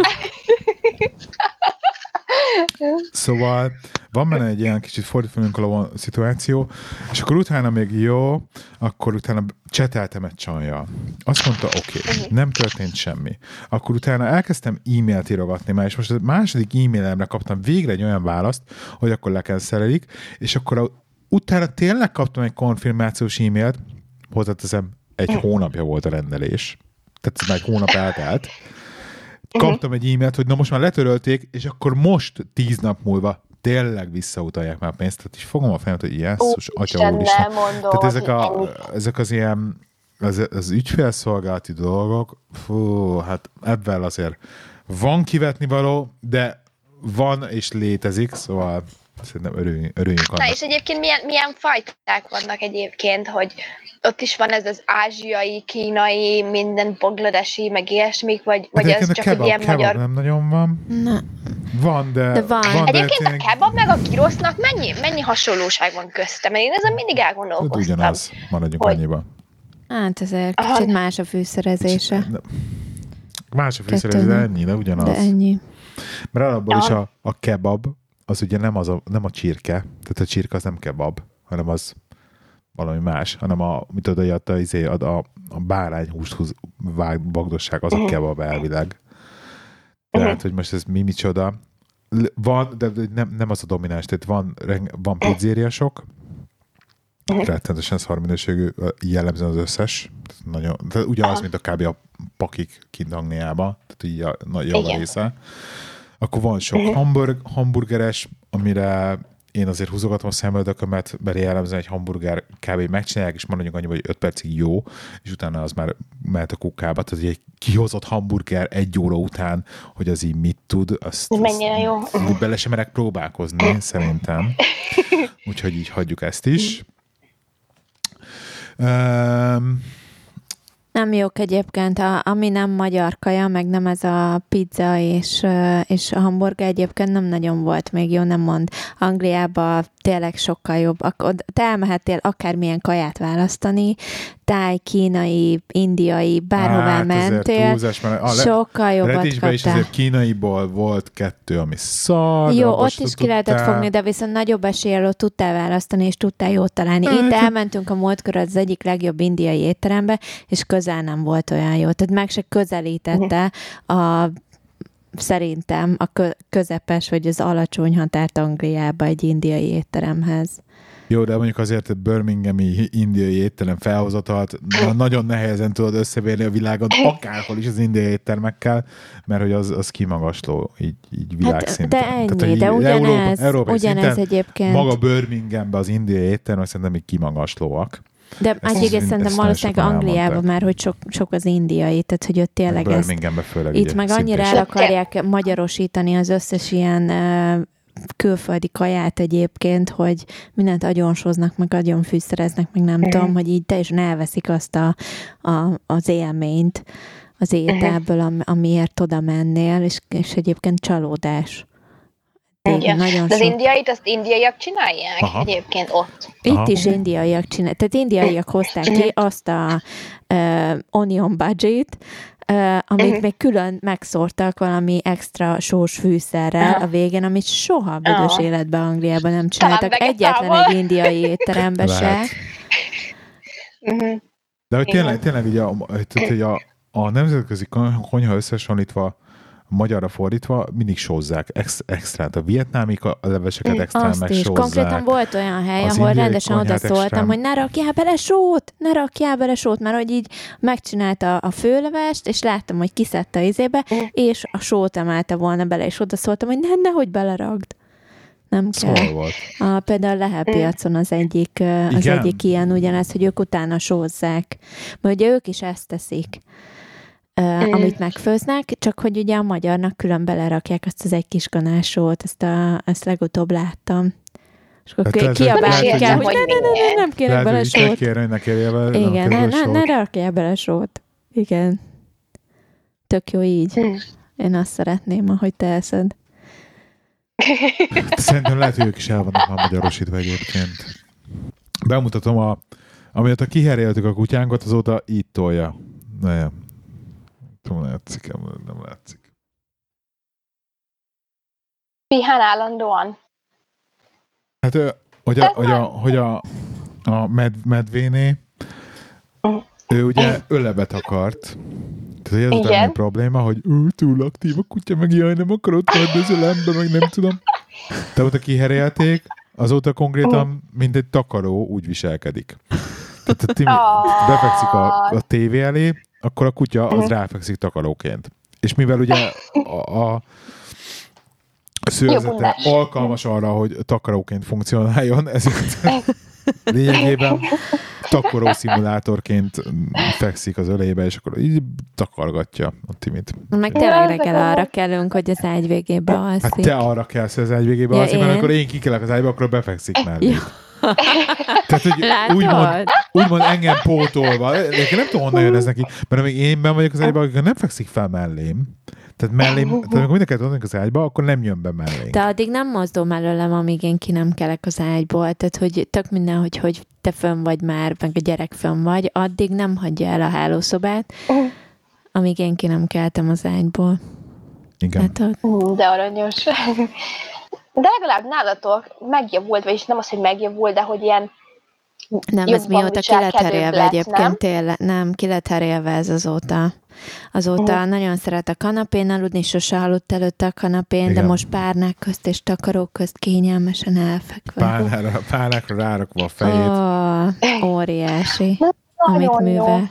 Szóval van benne egy ilyen kicsit fordítfülünk a szituáció, és akkor utána még jó, akkor utána cseteltem egy csajjal. Azt mondta, oké, nem történt semmi. Akkor utána elkezdtem e-mailt írogatni már, és most a második e-mailemre kaptam végre egy olyan választ, hogy akkor lekenszerelik, és akkor utána tényleg kaptam egy konfirmációs e-mailt, hozzáteszem, egy hónapja volt a rendelés. Tehát ez már egy hónap eltelt. Kaptam egy e-mailt, hogy na most már letörölték, és akkor most 10 nap múlva tényleg visszautalják már a pénzt. Tehát is fogom a fejemet, hogy jesszus, atya úristen. Tehát ezek az ilyen az ügyfélszolgálati dolgok, hát ebben azért van kivetni való, de van és létezik, szóval szerintem örüljünk annak.
Na és egyébként milyen fajták vannak egyébként, hogy ott is van ez az ázsiai, kínai, minden bangladesi, meg ilyesmik, vagy ez csak egy ilyen magyar...
nem nagyon van.
Na.
Van, de van.
Egyébként a kebab meg a gyrosznak mennyi hasonlóság van köztem? Én ezen mindig elgondolkoztam.
Ugyanaz, maradjunk annyiba.
Hát ezért kicsit más a fűszerezése.
Más a fűszerezése, ennyi, de ugyanaz.
De ennyi.
Mert alapból is a kebab, az ugye nem a csirke, tehát a csirke az nem kebab, hanem az valami más, hanem mit odaadta a bárányhúst vagdosság, az a kebab elvileg. Tehát, hogy most ez micsoda. Van, de nem az a domináns, tehát van pizzériasok, rettenetesen szarminőségű, jellemzően az összes. Tehát ugyanaz, mint a kb. A pakik kint Angliában, tehát így a nagy része. Akkor van sok hamburgeres, amire én azért húzogatom a szemöldökömet, mert jellemzően egy hamburger kb. Megcsinálják, és maradjunk annyiba, hogy 5 percig jó, és utána az már mehet a kukába. Tehát egy kihozott hamburger 1 óra után, hogy az így mit tud, azt
mennyire jó.
Bele sem merek próbálkozni, szerintem. Úgyhogy így hagyjuk ezt is.
Nem jók egyébként, ami nem magyar kaja, meg nem ez a pizza és a hamburger egyébként nem nagyon volt még jó, nem mond. Angliában tényleg sokkal jobb. Te elmehettél akármilyen kaját választani, táj, kínai, indiai, bárhová mentél,
túlzás,
sokkal jobbat kaptál.
is azért kínaiból volt 2, ami szar.
Jó, ott is ki lehetett fogni, de viszont nagyobb eséllyel ott tudtál választani, és tudtál jót találni. Itt elmentünk a múltkor az egyik legjobb indiai étterembe, és közel nem volt olyan jó. Tehát meg se közelítette a szerintem a közepes vagy az alacsony határt Angliába egy indiai étteremhez.
Jó, de mondjuk azért birminghami indiai étterem felhozatalt nagyon nehezen tudod összevérni a világon, akárhol is az indiai éttermekkel, mert hogy az kimagasló, így világszinten.
Hát, de ennyi, tehát, de ugyanez, ugyanez egyébként.
Maga Birminghamben az indiai éttermek szerintem még kimagaslóak.
De egyébként szerintem valószínűleg Angliában már, hogy sok az indiai, tehát hogy ott tényleg ezt... Itt meg annyira el akarják magyarosítani az összes ilyen külföldi kaját egyébként, hogy mindent agyonsoznak, meg agyonfűszereznek, meg nem tudom, hogy így teljesen elveszik azt az élményt az ételből, amiért oda mennél, és egyébként csalódás.
Igen. De az indiait, azt indiaiak csinálják egyébként ott.
Itt is indiaiak csinálják. Tehát indiaiak hozták ki azt a onion budget, amit még külön megszórtak valami extra sós fűszerrel a végén, amit soha büdös életben Angliában nem csináltak. Egyetlen egy indiai étterembe se.
De hogy tényleg így a nemzetközi konyha összehasonlítva, magyarra fordítva, mindig sózzák extrát. A vietnámik a leveseket extrán megsózzák.
Konkrétan volt olyan hely, ahol rendesen odaszóltam, hogy ne rakjál bele sót, mert hogy így megcsinálta a főlevest, és láttam, hogy kiszedte a izébe, és a sót emelte volna bele, és odaszóltam, hogy nehogy beleragd. Nem kell.
Szóval volt.
Például a Lehel piacon az egyik ilyen ugyanez, hogy ők utána sózzák. Mert ugye ők is ezt teszik. Amit megfőznek, csak hogy ugye a magyarnak külön belerakják azt az egy kis kanásót, ezt legutóbb láttam. És akkor kiabálni kell, hogy nem kérek bele sót. Igen, ne rakjál bele sót. Igen. Tök jó így. Én azt szeretném, ahogy te eszed.
Szerintem lehet, hogy ők is el vannak már magyarosítva egyébként. Bemutatom, amióta kiheréltük a kutyánkat, azóta így tolja. Nem látszik.
Pihen állandóan.
Hát, hogy a medvéné, ő ugye ölevet akart. Tehát ez a probléma, hogy túl aktív a kutya, meg jaj, nem akarod tartani az ölembe, meg nem tudom. De ott a kiherélték, azóta konkrétan, mint egy takaró úgy viselkedik. Tehát a Timi befekszik a tévé elé, akkor a kutya az ráfekszik takaróként. És mivel ugye a szőrzete alkalmas arra, hogy takaróként funkcionáljon, ezért lényegében takaró szimulátorként fekszik az ölébe, és akkor így takargatja a Timit.
Meg tényleg reggel arra kellünk, hogy az ágy végébe alszik.
Hát te arra kelsz, hogy az ágy végébe alszik, mert amikor én kikelek az ágyba, akkor befekszik mellé. Tehát, hogy úgymond engem pótolva. Én nem tudom, honnan jön ez neki, mert amíg én benn vagyok az ágyba, akkor nem fekszik fel mellém. Tehát amikor mind a kettőt adunk az ágyba, akkor nem jön be mellém.
De addig nem mozdul mellőlem, amíg én ki nem kelek az ágyból. Tehát, hogy tök minden, hogy te fönn vagy már, meg a gyerek fönn vagy, addig nem hagyja el a hálószobát, amíg én ki nem keltem az ágyból.
Igen.
Hát,
de aranyos. De legalább nálatok megjavult, vagyis nem az, hogy megjavult, de hogy ilyen
nem, ez mióta ki lett herélve egyébként, nem, ki lett herélve ez azóta. Azóta nagyon szeret a kanapén aludni, sose aludt előtte a kanapén, igen. De most párnák közt és takarók közt kényelmesen elfekve.
Párnákra rárakva a fejét.
Óriási, amit művel.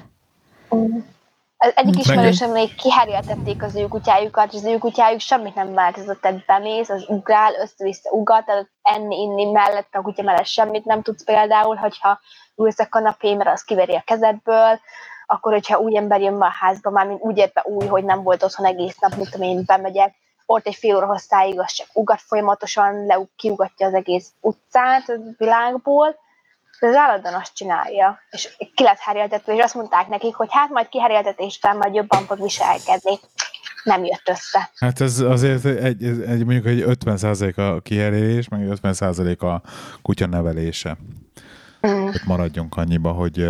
Egyik ismerősöm még kiheréltették az ő kutyájukat, és az ő kutyájuk semmit nem változott, tehát bemész, az ugrál, össze-vissza ugat, enni, inni mellett, a kutya mellett semmit nem tudsz például, hogyha ülsz a kanapén, mert az kiveri a kezedből, akkor, hogyha új ember jön be a házba, már mint úgy értve új, hogy nem volt otthon egész nap, mint amilyen én bemegyek, ott egy fél óra hosszáig az csak ugat folyamatosan, kiugatja az egész utcát a világból, az állandóan azt csinálja, és ki lett heréltetve, és azt mondták nekik, hogy hát majd kiheréltetés után majd jobban fog viselkedni. Nem jött össze.
Hát ez azért mondjuk egy 50% a kiherélés, meg 50% a kutya nevelése. Ott maradjunk annyiba, hogy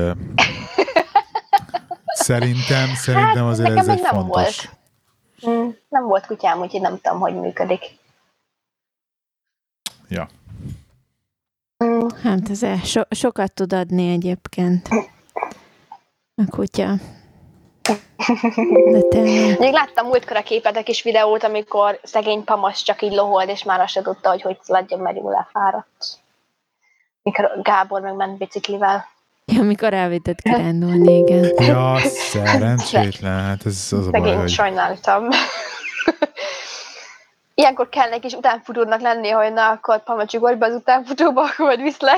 szerintem azért ez egy fontos.
Nem volt kutyám, úgyhogy nem tudom, hogy működik.
Ja.
Hát ez sokat tud adni egyébként a kutya. De tényleg.
Még láttam múltkor a képet, egy kis videót, amikor szegény Pamasz csak így loholt, és már azt se tudta, hogy szaladjon, mert jól lefáradt. Mikor Gábor meg ment biciklivel.
Ja, amikor elvitett kirándulni, igen.
Ja, szerencsétlen, hát ez az a baj,
Szegény,
hogy...
sajnáltam. Ilyenkor kell egy kis utánfutónak lenni, hogy na, akkor Pama csugorj be az utánfutóba, akkor majd viszlek.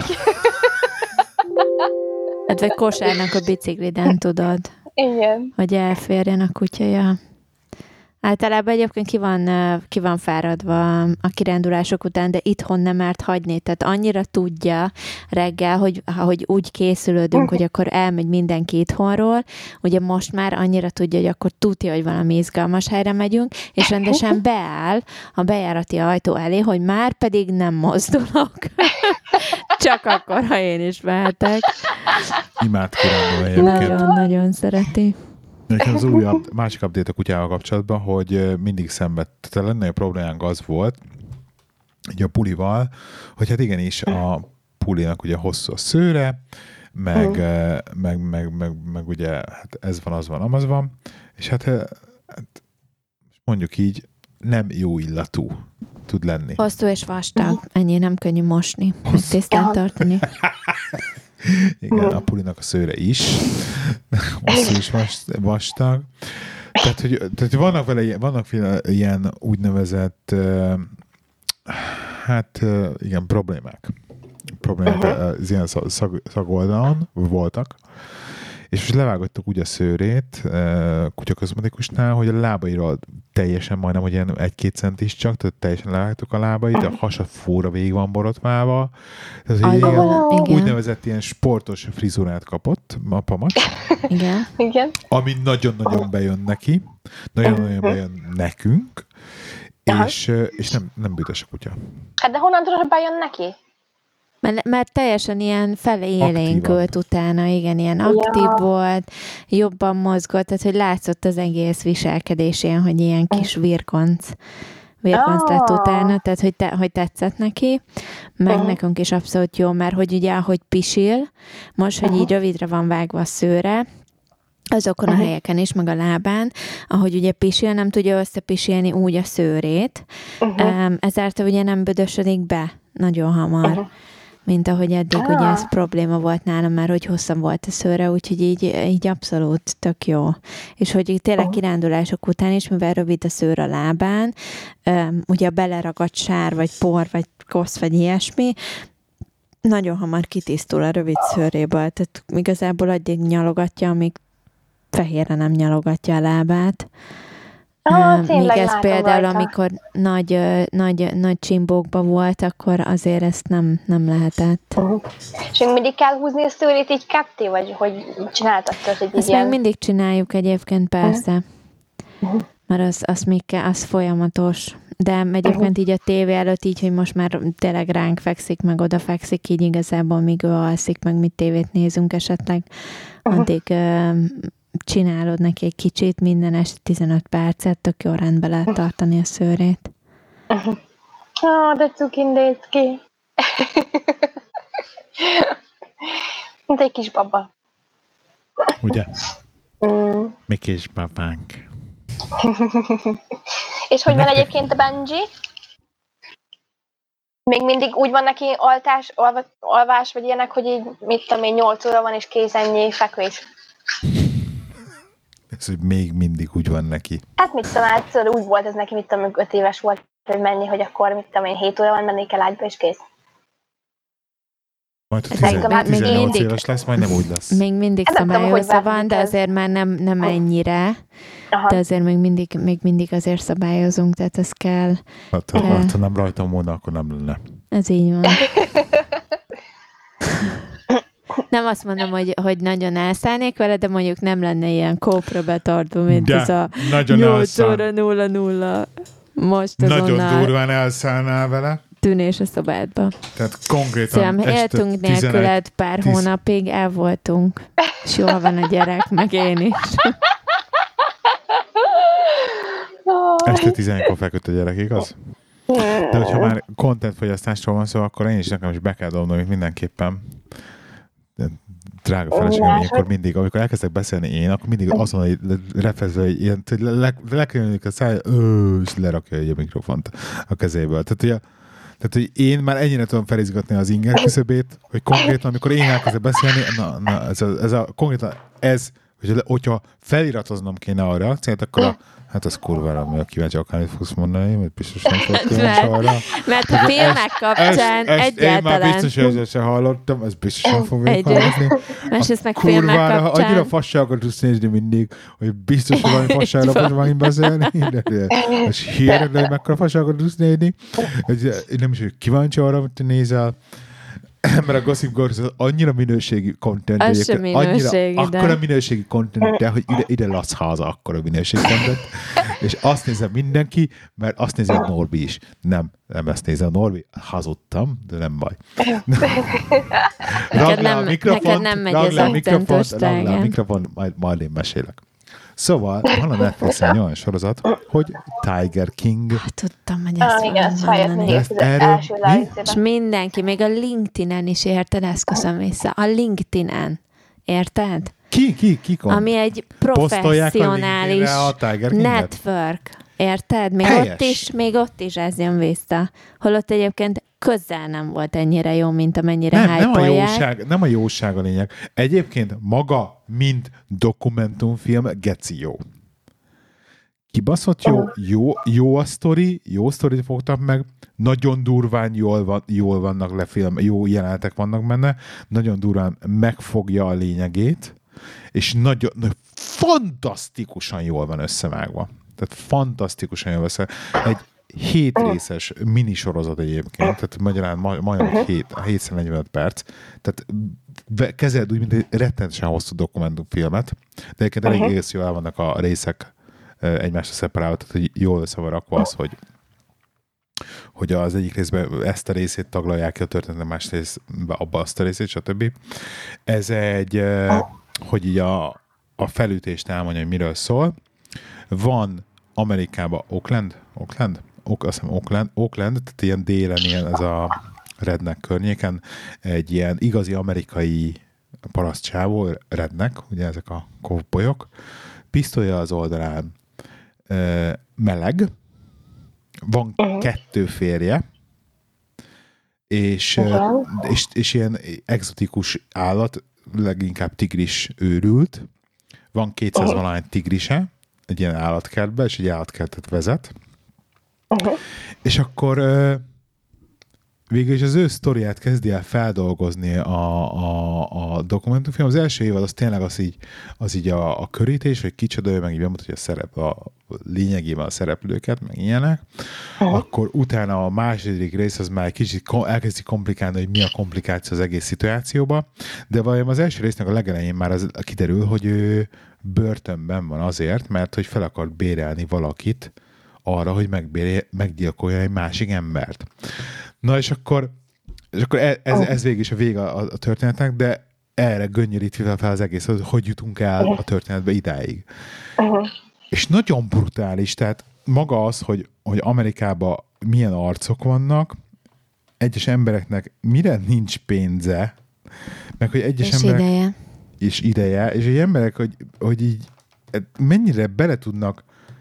Hát vagy kosárnak a bicikliden, tudod,
Igen.
hogy elférjen a kutyaja. Általában egyébként ki van fáradva a kirándulások után, de itthon nem mert hagyni. Tehát annyira tudja reggel, hogy úgy készülődünk, hogy akkor elmegy mindenki itthonról. Ugye most már annyira tudja, hogy akkor tudja, hogy valami izgalmas helyre megyünk, és rendesen beáll a bejárati ajtó elé, hogy már pedig nem mozdulok. Csak akkor, ha én is mehetek.
Imád kirándulni egyébként.
Nagyon-nagyon szereti.
Nekem az másik update a kutyával kapcsolatban, hogy mindig szenvedt. Tehát a legnagyobb problémánk az volt, ugye a pulival, hogy hát igenis a pulinak ugye hosszú a szőre, meg ugye hát ez van, az van, amaz van, és hát mondjuk így nem jó illatú tud lenni.
Hosszú és vastag. Ennyi, nem könnyű mosni. Tisztán tartani.
Igen, a pulinak a szőre is. Hosszú és vastag. Tehát vannak ilyen úgynevezett igen, problémák. Az ilyen szagoldalon voltak. És most levágottuk úgy a szőrét kutyakozmetikusnál, hogy a lábairól teljesen majdnem, hogy ilyen 1-2 centis csak, tehát teljesen levágtuk a lábait, a hasa fúra végig van borotválva. Úgynevezett ilyen sportos frizurát kapott a Pamacs.
Igen.
Ami nagyon-nagyon bejön neki, nagyon-nagyon bejön nekünk, és nem büdös a kutya.
Hát de honnan tudod, hogy bejön neki?
Mert teljesen ilyen felélénkült utána, igen, ilyen aktív volt, jobban mozgott, tehát hogy látszott az egész viselkedésén, hogy ilyen kis virkonc lett utána, tehát hogy tetszett neki, meg nekünk is abszolút jó, mert hogy ugye ahogy pisil, most, hogy így rövidre van vágva a szőre, azokon a helyeken is, meg a lábán, ahogy ugye pisil, nem tudja összepisilni úgy a szőrét, ezáltal ugye nem bödösödik be nagyon hamar. Mint ahogy eddig ugye ez probléma volt nálam már, hogy hosszan volt a szőre, úgyhogy így abszolút tök jó. És hogy tényleg kirándulások után is, mivel rövid a szőr a lábán, ugye a beleragadt sár, vagy por, vagy kosz, vagy ilyesmi, nagyon hamar kitisztul a rövid szőréből, tehát igazából addig nyalogatja, amíg fehérre nem nyalogatja a lábát. Míg ez például, rajta. Amikor nagy csimbókban volt, akkor azért ezt nem lehetett.
És még mindig kell húzni a szőrét így ketté, vagy hogy csináltattad?
Ezt még mindig csináljuk egyébként, persze. Mert az még kell, az folyamatos. De egyébként így a tévé előtt így, hogy most már tényleg ránk fekszik, meg oda fekszik, így igazából míg ő alszik, meg mi tévét nézünk esetleg, addig csinálod neki egy kicsit, minden este 15 percet, tök jó rendbe lehet tartani a szőrét.
De cukin néz ki. Mint egy kis baba.
Ugye? Mi kis babánk.
És hogy van egyébként a Benji? Még mindig úgy van neki alvás, vagy ilyenek, hogy így, mit tudom én, 8 óra van, és kész ennyi fekvés.
Ez, hogy még mindig úgy van neki.
Hát mit tudom, egyszer úgy volt ez neki, mit tudom, 5 éves volt, hogy menni, hogy akkor, mit tudom én, 7 óra van, menni kell ágyba, és kész.
Majd a 18 éves lesz, majd nem úgy lesz.
Még mindig szabályozva van, de azért már nem ennyire. Aha. De azért még mindig azért szabályozunk, tehát ez kell.
Hát, ha nem rajtam volna, akkor nem lenne.
Ez így van. Nem azt mondom, hogy nagyon elszállnék vele, de mondjuk nem lenne ilyen kópra betartó, mint ez a 8 óra 00. Most azonnal.
Nagyon durván elszállnál vele.
Tűnés a szobádba.
Tehát konkrétan
éltünk nélküled pár hónapig, el voltunk. És jól van a gyerek, meg én is.
Este 11-kor feküdt a gyerek, igaz? De hogyha már contentfogyasztásról van szó, akkor nekem is be kell dobnom, hogy mindenképpen Drága feleségem, ilyenkor mindig, amikor elkezdek beszélni én, akkor mindig azon, hogy refezve, hogy ilyen, lekerülnek a száj, és lerakja egy a mikrofont a kezéből. Tehát, hogy én már ennyire tudom felizgatni az inger küszöbét, hogy konkrétan, amikor én elkezdek beszélni, konkrétan ez, hogyha feliratoznom kéne a reakciót, akkor hát az kurvára, mert kíváncsi akármit fogsz mondani, mert biztos nem fogok kíváncsi arra.
Mert a filmek kapcsán egyáltalán...
Én már biztos, hogy ezzel sem hallottam, ez biztos nem fog meghallozni.
Másrészt meg filmek kapcsán...
Annyira fasságot tudsz nézni mindig, hogy biztos, hogy valami fasságra fogsz valami beszélni. És hihetetlen, hogy mekkora fasságot tudsz nézni. Én nem is vagyok kíváncsi arra, amit te nézel. Mert a Gossip Girl az annyira minőségi content.
Az sem minőségi,
akkora minőségi content, de hogy ide laksz haza, akkora minőségi content. És azt nézem mindenki, mert azt nézem Norbi is. Nem ezt nézem Norbi, hazudtam, de nem baj.
Neked nem megy ez a
mikrofon, majd én mesélek. Szóval van a Netflixen egy olyan sorozat, hogy Tiger King.
Tudtam, hogy ezt és mindenki, még a LinkedIn-en is, érted? Ezt köszönöm vissza. A LinkedIn-en. Érted?
Ki?
Ami egy professzionális network. Érted? Még ott is ez jön vissza. Holott egyébként közel nem volt ennyire jó, mint amennyire hype-olják.
Nem a jóság a lényeg. Egyébként maga, mint dokumentumfilm, geci jó. Kibaszott jó a sztori, jó sztorit fogtak meg, nagyon durván jól vannak lefilm, jó jelenetek vannak benne, nagyon durván megfogja a lényegét, és nagyon fantasztikusan jól van összevágva. Tehát fantasztikusan jól össze. Egy 7 részes minisorozat egyébként, tehát magyarán majdnem 745 perc, tehát kezeld úgy, mint egy rettenetesen hosszú dokumentumfilmet, de egyébként elég egész jól el vannak a részek egymásra szeparálva, tehát hogy jól össze van rakva az, hogy az egyik részben ezt a részét taglalják ki a történet, más részben abba azt a részét, stb. Ez egy, hogy így a felütést elmondja, hogy miről szól. Van Amerikában Oakland, tehát ilyen délen, ilyen ez a redneck környéken, egy ilyen igazi amerikai parasztcsávó, redneck, ugye ezek a kovbolyok, pisztolya az oldalán, meleg, van 2 férje, és ilyen egzotikus állat, leginkább tigris őrült, van 200 valahány tigrise, egy ilyen állatkertbe, és egy állatkertet vezet. És akkor végül is az ő sztoriát kezdi el feldolgozni a dokumentumfilm. Az első évad az tényleg az így a körítés, hogy kicsoda ő, meg így bemutatja a lényegében a szereplőket, meg ilyenek. Akkor utána a második rész az már egy kicsit elkezdi komplikálni, hogy mi a komplikáció az egész szituációba, de valójában az első résznek a legelején már az kiderül, hogy ő börtönben van azért, mert hogy fel akart bérelni valakit arra, hogy meggyilkolja egy másik embert. Na és akkor ez végig is a vége a történetnek, de erre gönnyörítve fel az egész, hogy jutunk el a történetbe idáig. És nagyon brutális, tehát maga az, hogy Amerikában milyen arcok vannak, egyes embereknek mire nincs pénze, meg hogy egyes emberek... ideje, és egy emberek, hogy így mennyire bele tudnak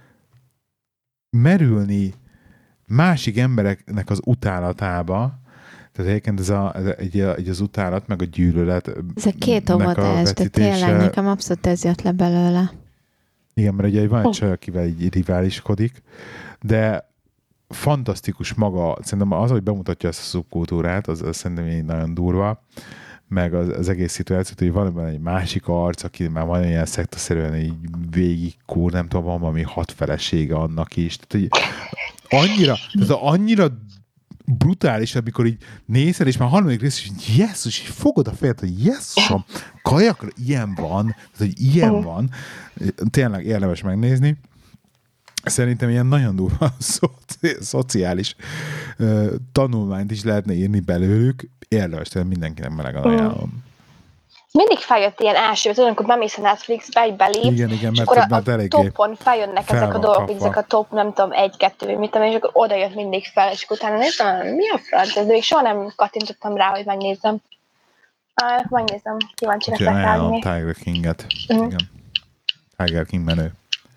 merülni másik embereknek az utálatába, tehát egyébként ez az utálat, meg a gyűlölet.
Ez a két óvodás, de tényleg nekem abszolút ez jött le belőle.
Igen, mert ugye van egy csaj, akivel így riváliskodik, de fantasztikus maga, szerintem az, hogy bemutatja ezt a szubkultúrát, az szerintem így nagyon durva, meg az egész szituációt, hogy van egy másik arc, aki már van ilyen szektaszerűen így végig kúr, nem tudom, van valami 6 felesége annak is. Tehát, annyira brutális, amikor így nézel, és már harmadik rész, és jesszus, és fogod a fejet, hogy jesszusom, kajakra ilyen van, tehát, hogy ilyen van, tényleg érdemes megnézni. Szerintem ilyen nagyon durva szociális tanulmányt is lehetne írni belőlük, érdemes, tehát mindenkinek melegen ajánlom.
Mindig feljött ilyen első, tudom, amikor bemész a Netflixbe, egy belépsz,
igen,
és akkor a topon feljönnek ezek a dolgok, ezek a top, nem tudom, 1-2, mit tudom, és akkor oda jött mindig fel, és utána néztem, mi a franc, de még soha nem kattintottam rá, hogy megnézzem. Megnézem, kíváncsi
Úgyhogy
leszek
ajánlom
rágni.
Tiger King-et. Igen. Tiger King menő.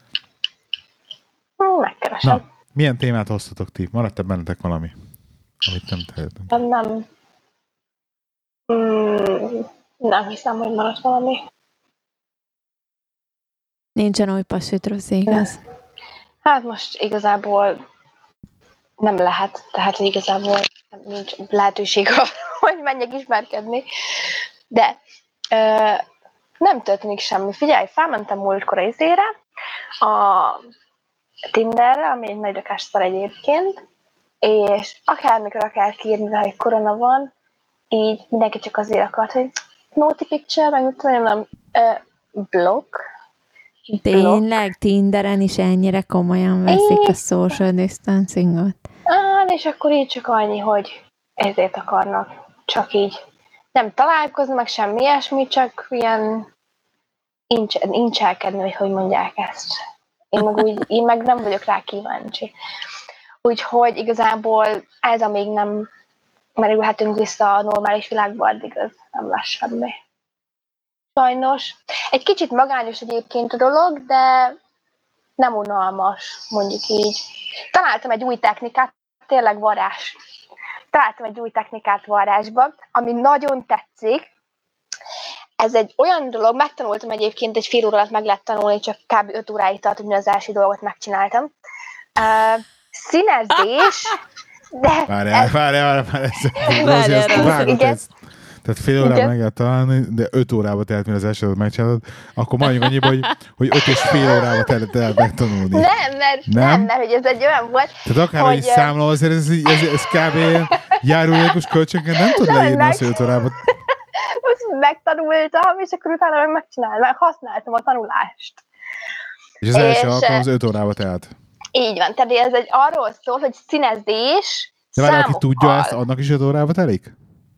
Megkeresem.
Na, milyen témát hoztatok ti? Maradt-e bennetek valami, amit nem tehetünk?
Nem. Nem hiszem, hogy maradt valami.
Nincsen új Passüt, igaz?
Hát most igazából nem lehet, tehát igazából nincs lehetőség arra, hogy menjek ismerkedni. De nem történik semmi. Figyelj, felmentem múltkor izére a Tinderre, ami egy nagy rakásszal egyébként, és akármikor akár kiírni, hogy korona van, így mindenki csak azért akart, hogy naughty picture, meg nem blog.
Tényleg Tinderen is ennyire komolyan veszik a social distancingot?
És akkor így csak annyi, hogy ezért akarnak csak így nem találkozni, meg semmi ilyesmi, csak ilyen incselkedni, hogy mondják ezt. Én meg nem vagyok rá kíváncsi. Úgyhogy igazából ez, amíg nem merülhetünk vissza a normális világba, addig az nem lesz semmi. Sajnos. Egy kicsit magányos egyébként a dolog, de nem unalmas, mondjuk így. Találtam egy új technikát, tényleg varázs. Találtam egy új technikát varázsba, ami nagyon tetszik. Ez egy olyan dolog, megtanultam egyébként, egy fél óra alatt meg lehet tanulni, csak kb. 5 óráig tart, hogy az első dolgot megcsináltam. Színezés, de...
Várjál, tehát fél órában meg lehet találni, de 5 órába telt, mire az első dolgot megcsinálod, akkor mondjuk annyiba, hogy 5,5 órába telt megtanulni.
Nem, mert hogy ez egy olyan volt,
tehát akár is számolom, azért ez kb. Járulékos kölcsönként nem tud leírni azt, hogy 5 órában.
Most megtanultam, és akkor utána meg megcsináltam, meg használtam a tanulást.
És az első alkalom az 5 órába telt.
Így van, tehát ez egy arról szól, hogy színezés
de várj, aki tudja ezt, annak is 5 órába telik?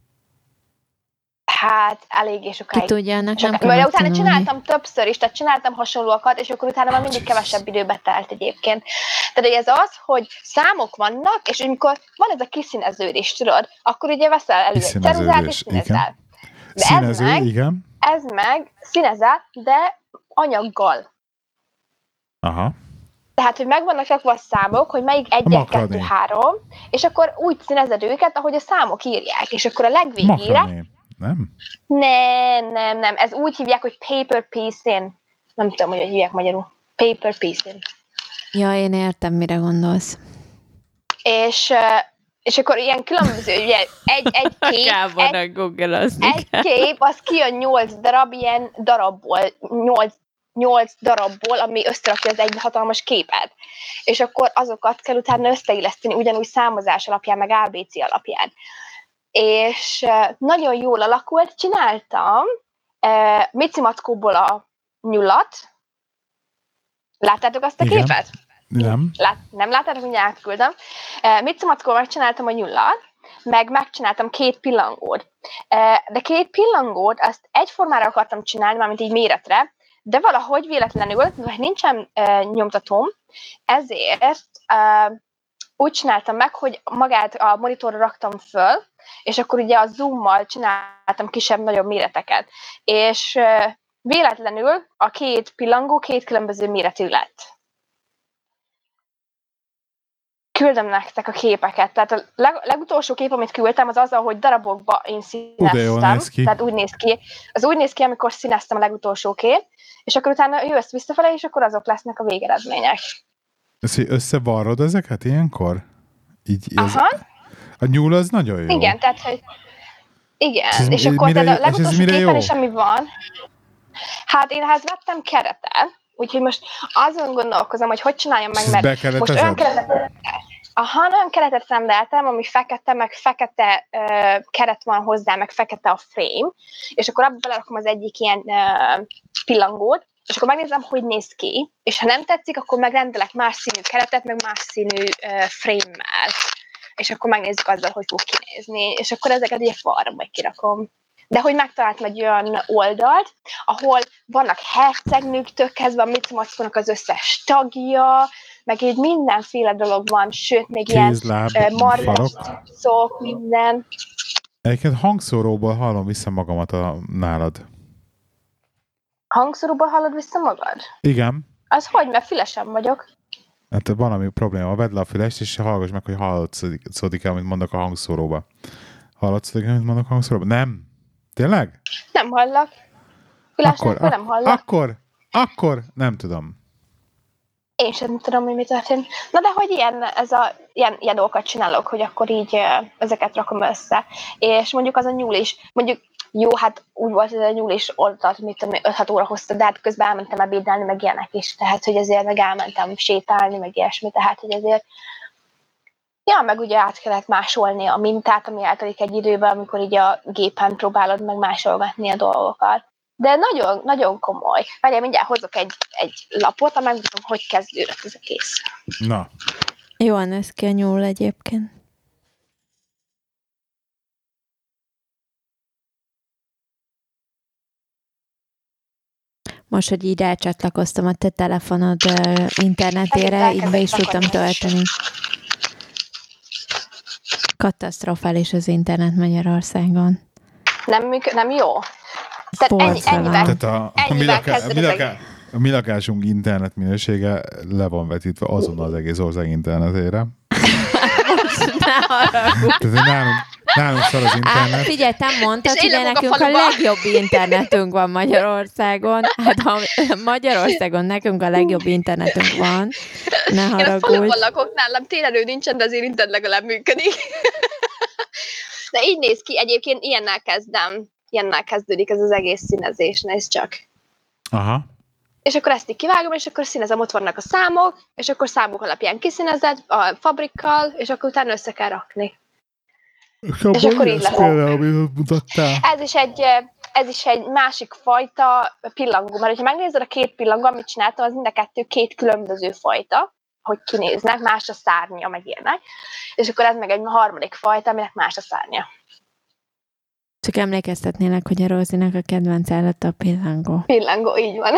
Hát eléggé sokáig.
Ki tudja, ennek nem
mert utána csináltam többször is, tehát csináltam hasonlóakat, és akkor utána már mindig kevesebb időbe telt egyébként. Tehát ez az, hogy számok vannak, és amikor van ez a kiszíneződés, tudod, akkor ugye veszel elő egy ceruzát, és színezel.
Színező, igen.
Ez meg színezel, de anyaggal.
Aha.
Tehát, hogy meg vannak rakva a számok, hogy melyik 1, 2, 3, és akkor úgy színezed őket, ahogy a számok írják, és akkor a legvégére...
Makrané. Nem?
Nem. Ez úgy hívják, hogy paper piecing. Nem tudom, hogy hívják magyarul. Paper piecing.
Ja, én értem, mire gondolsz.
És akkor ilyen különböző, ugye, egy kép, az kijön 8 darab ilyen darabból, 8 darabból, ami összerakja az egy hatalmas képet. És akkor azokat kell utána összeilleszteni, ugyanúgy számozás alapján, meg ABC alapján. És nagyon jól alakult, csináltam Mici Mackóból a nyulat. Láttátok azt a képet?
Nem.
Nem láttátok, hogy átküldöm. Mici Mackóból megcsináltam a nyulat, meg megcsináltam 2 pillangót. De 2 pillangót azt egyformára akartam csinálni, mármint így méretre, de valahogy véletlenül, vagy nincsen nyomtatóm, ezért úgy csináltam meg, hogy magát a monitorra raktam föl, és akkor ugye a zoommal csináltam kisebb-nagyobb méreteket. És véletlenül a 2 pillangó 2 különböző méretű lett. Küldöm nektek a képeket. Tehát a legutolsó kép, amit küldtem, az az, ahogy darabokba én színeztem. Tehát úgy néz ki. Az úgy néz ki, amikor színeztem a legutolsó kép, és akkor utána jössz visszafele, és akkor azok lesznek a végeredmények.
Ezt, hogy összevarrod ezeket ilyenkor? Így a nyúl az nagyon jó.
Igen, tehát, hogy igen, és akkor tehát a legutolsó képen is, ami van, hát én ehhez vettem keretet, úgyhogy most azon gondolkozom, hogy csináljam meg, mert most olyan keretet rendeltem, ami fekete, meg fekete keret van hozzá, meg fekete a frame, és akkor abba belerakom az egyik ilyen pillangót, és akkor megnézem, hogy néz ki, és ha nem tetszik, akkor megrendelek más színű keretet, meg más színű frame-mel, és akkor megnézzük azzal, hogy fog kinézni, és akkor ezeket így falra majd kirakom. De hogy megtaláltam egy olyan oldalt, ahol vannak hercegnőktől kezdve a Mici Mackónak az összes tagja, meg így mindenféle dolog van, sőt, még kézláb, ilyen marmeszok, minden.
Egyébként hangszóróból hallom vissza magamat nálad.
Hangszóróból hallod vissza magad?
Igen.
Az hogy? Mert fülesen vagyok.
Hát valami probléma. Vedd le a fülest, és hallgass meg, hogy hallatszódik-e, amit mondok a hangszóróba. Hallatszódik-e, amit mondok a hangszóróba? Nem. Tényleg?
Nem hallak. Fülesnek nem hallak.
Akkor nem tudom.
Én sem tudom, hogy mi történt. Na de hogy ilyen dolgokat csinálok, hogy akkor így ezeket rakom össze. És mondjuk az a nyúl is, mondjuk jó, hát úgy volt, hogy a nyúl is ott, mit tudom, 5-6 óra hozta, de hát közben elmentem ebédelni, meg ilyenek is. Tehát, hogy ezért meg elmentem sétálni, meg ilyesmi. Tehát, hogy ezért ja, meg ugye át kellett másolni a mintát, ami eltelik egy időben, amikor így a gépen próbálod meg másolgatni a dolgokat. De nagyon, nagyon komoly. Várjál, mindjárt hozok egy lapot, amely megmutatom, hogy kezdődött ez a kész.
Na.
Jól néz ki a nyúl egyébként. Most, hogy így rácsatlakoztam a te telefonod internetére, így be is tudtam tölteni. Katasztrofális az internet Magyarországon.
Nem jó? Tehát ennyivel kezdődik.
A mi lakásunk internet minősége le van vetítve azonnal az egész ország internetére. Tehát nálunk szar az internet.
Figyelj, te mondtad, hogy nekünk a legjobb internetünk van Magyarországon. Hát ha Magyarországon nekünk a legjobb internetünk van, ne haragudj.
Én a faluban lakok, nálam tényleg nincsen, de azért internet legalább működik. De így néz ki, egyébként ilyennel kezdődik ez az egész színezés, nézd csak.
Aha.
És akkor ezt így kivágom, és akkor színezem, ott vannak a számok, és akkor számok alapján kiszínezed a fabrikkal, és akkor utána össze kell rakni. És akkor így lesz. Ez is egy másik fajta pillangó, mert ha megnézed a két pillangó, amit csináltam, az mind a kettő két különböző fajta, hogy kinéznek, más a szárnya, meg ilyenek. És akkor ez meg egy harmadik fajta, aminek más a szárnya.
Csak emlékeztetnélek, hogy a Rózinak a kedvenc állata a pillangó.
Pillangó, így van.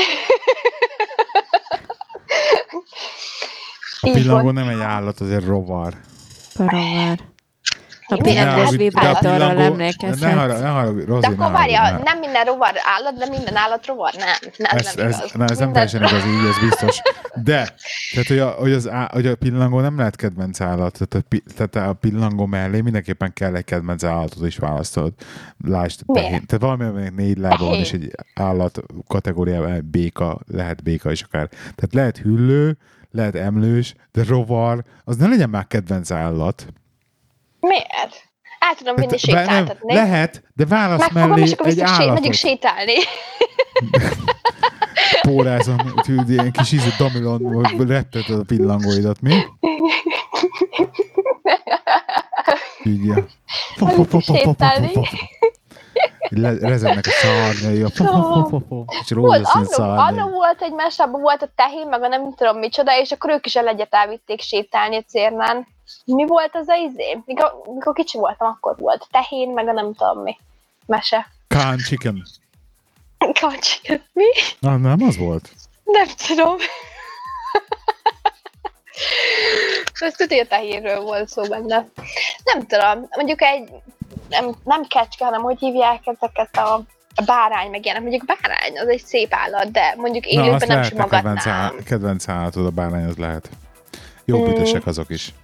A pillangó nem egy állat, azért rovar.
A rovar. A pillangós vibrátorral emlékezhet.
Ne haragudj, Rózi,
de akkor várja, nem minden rovar állat, de minden állat rovar? Nem.
Ez nem teljesen igaz, így, ez biztos. De, tehát, hogy a pillangó nem lehet kedvenc állat, tehát a pillangó mellé mindenképpen kell egy kedvenc állatot is választod. Lásd, tehén. Tehát valaminek 4 lába van, és egy állat kategóriában lehet béka is akár. Tehát lehet hüllő, lehet emlős, de rovar, az ne legyen már kedvenc állat.
Miért? El tudom vinni sétáltatni.
Lehet, de válasz mellé egy állatot.
Megyünk sétálni.
Pórázom, ilyen kis damilon retteted a pillangóidat, mi? Így, ja. Rezegnek a szárnyai, és rózsaszín szárnyai.
Anna volt egy mesában, volt a tehén, meg a nem tudom micsoda, és akkor ők is egyet elvitték sétálni a Cérnán. Mi volt az a izé? Mikor kicsi voltam, akkor volt tehén, meg a nem tudom mi mese.
Khan chicken.
Khan chicken, mi?
Nem, az volt.
Nem tudom. Ezt tudja, hogy a tehénről volt szó benne. Nem tudom, mondjuk egy nem kecske, hanem hogy hívják ezeket a bárány, meg ilyenek. Mondjuk bárány, az egy szép állat, de mondjuk élőben nem simogatnám.
Kedvenc állatod a bárány, az lehet. Jó büdösek azok is.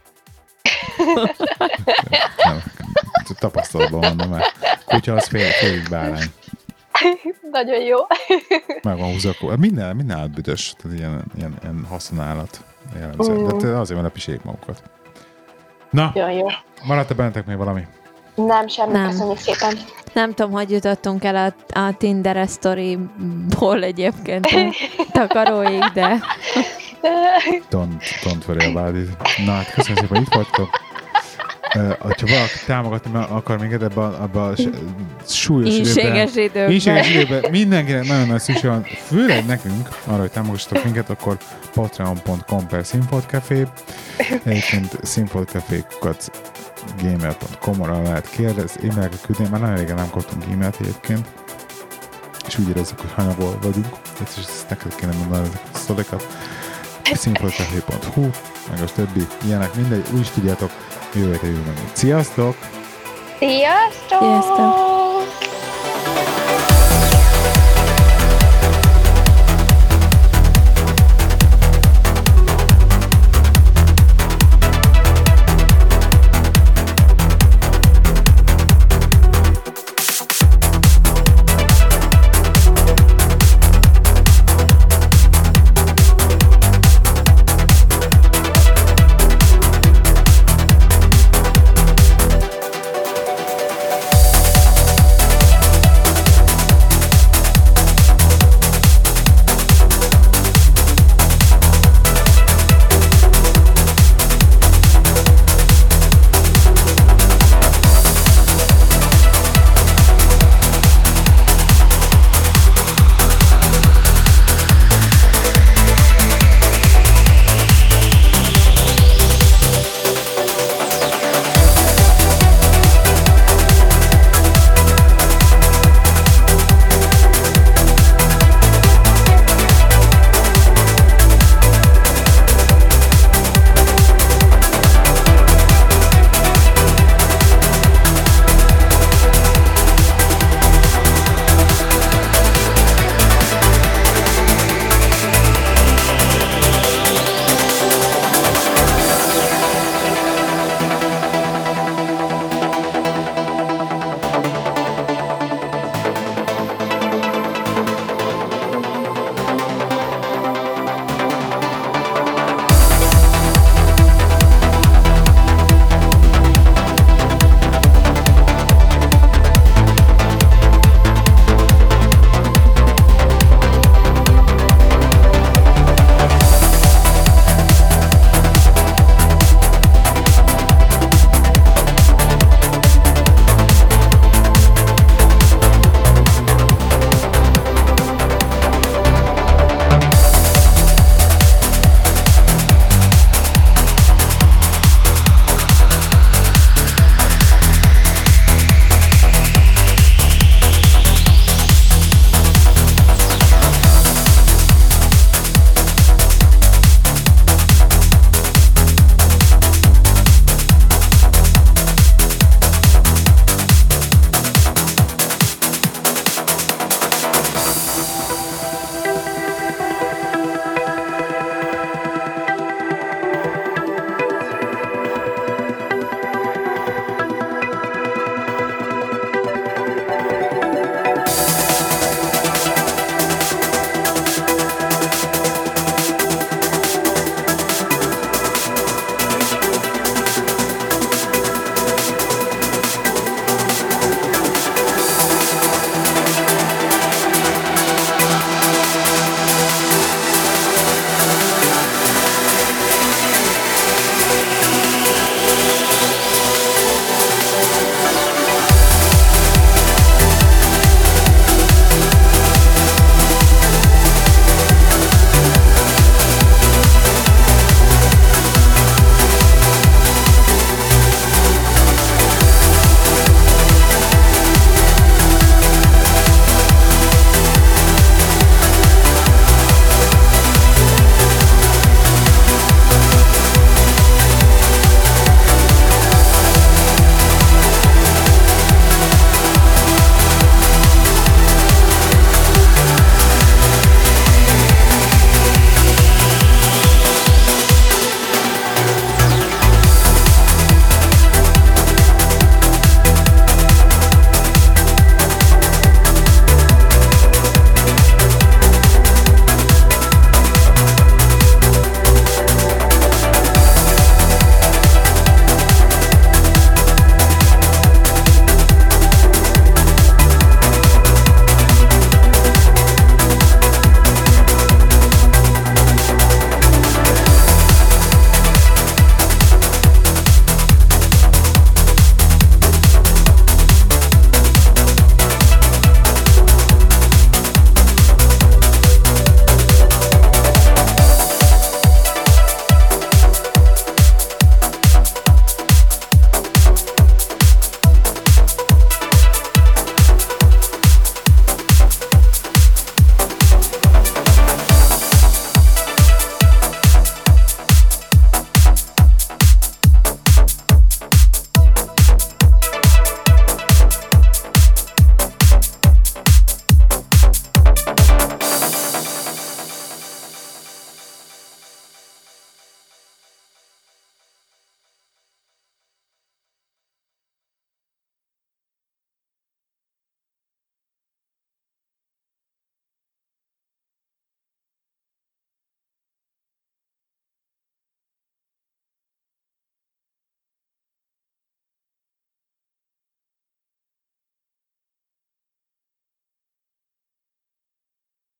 Tapasztalatban mondom, mert kutya az félig bárány.
Nagyon jó.
Meg van húzakó. Minden állat büdös, tehát ilyen haszonállat jellemző. De azért van a magukat. Na,
jó.
maradt-e bennetek még valami?
Nem, semmi, köszönjük szépen.
Nem tudom, hogy jutottunk el a Tinder sztoriból egyébként a takaróig, de...
Don't worry about it. Na, hát köszönöm szépen, hogy itt vagytok. Ha valaki támogatni akar minket ebben a súlyos időben, mindenkinek nagyon nagy szükség van, főleg nekünk, arra, hogy támogassatok minket, akkor patreon.com/színfoltcafé, egyébként színfoltcafé-kat gmail.com-ra lehet kérdezni, e-maileket küldeni, már nagyon régen nem kaptunk e-mailt egyébként, és úgy érezzük, hogy hanyagol vagyunk, és ezt neked kéne mondani ezeket a sztorikat. színfoltcafé.hu, meg az többi ilyenek, mindegy, úgy is tudjátok, jövő héten jövő megint. Sziasztok!
Sziasztok!
Sziasztok!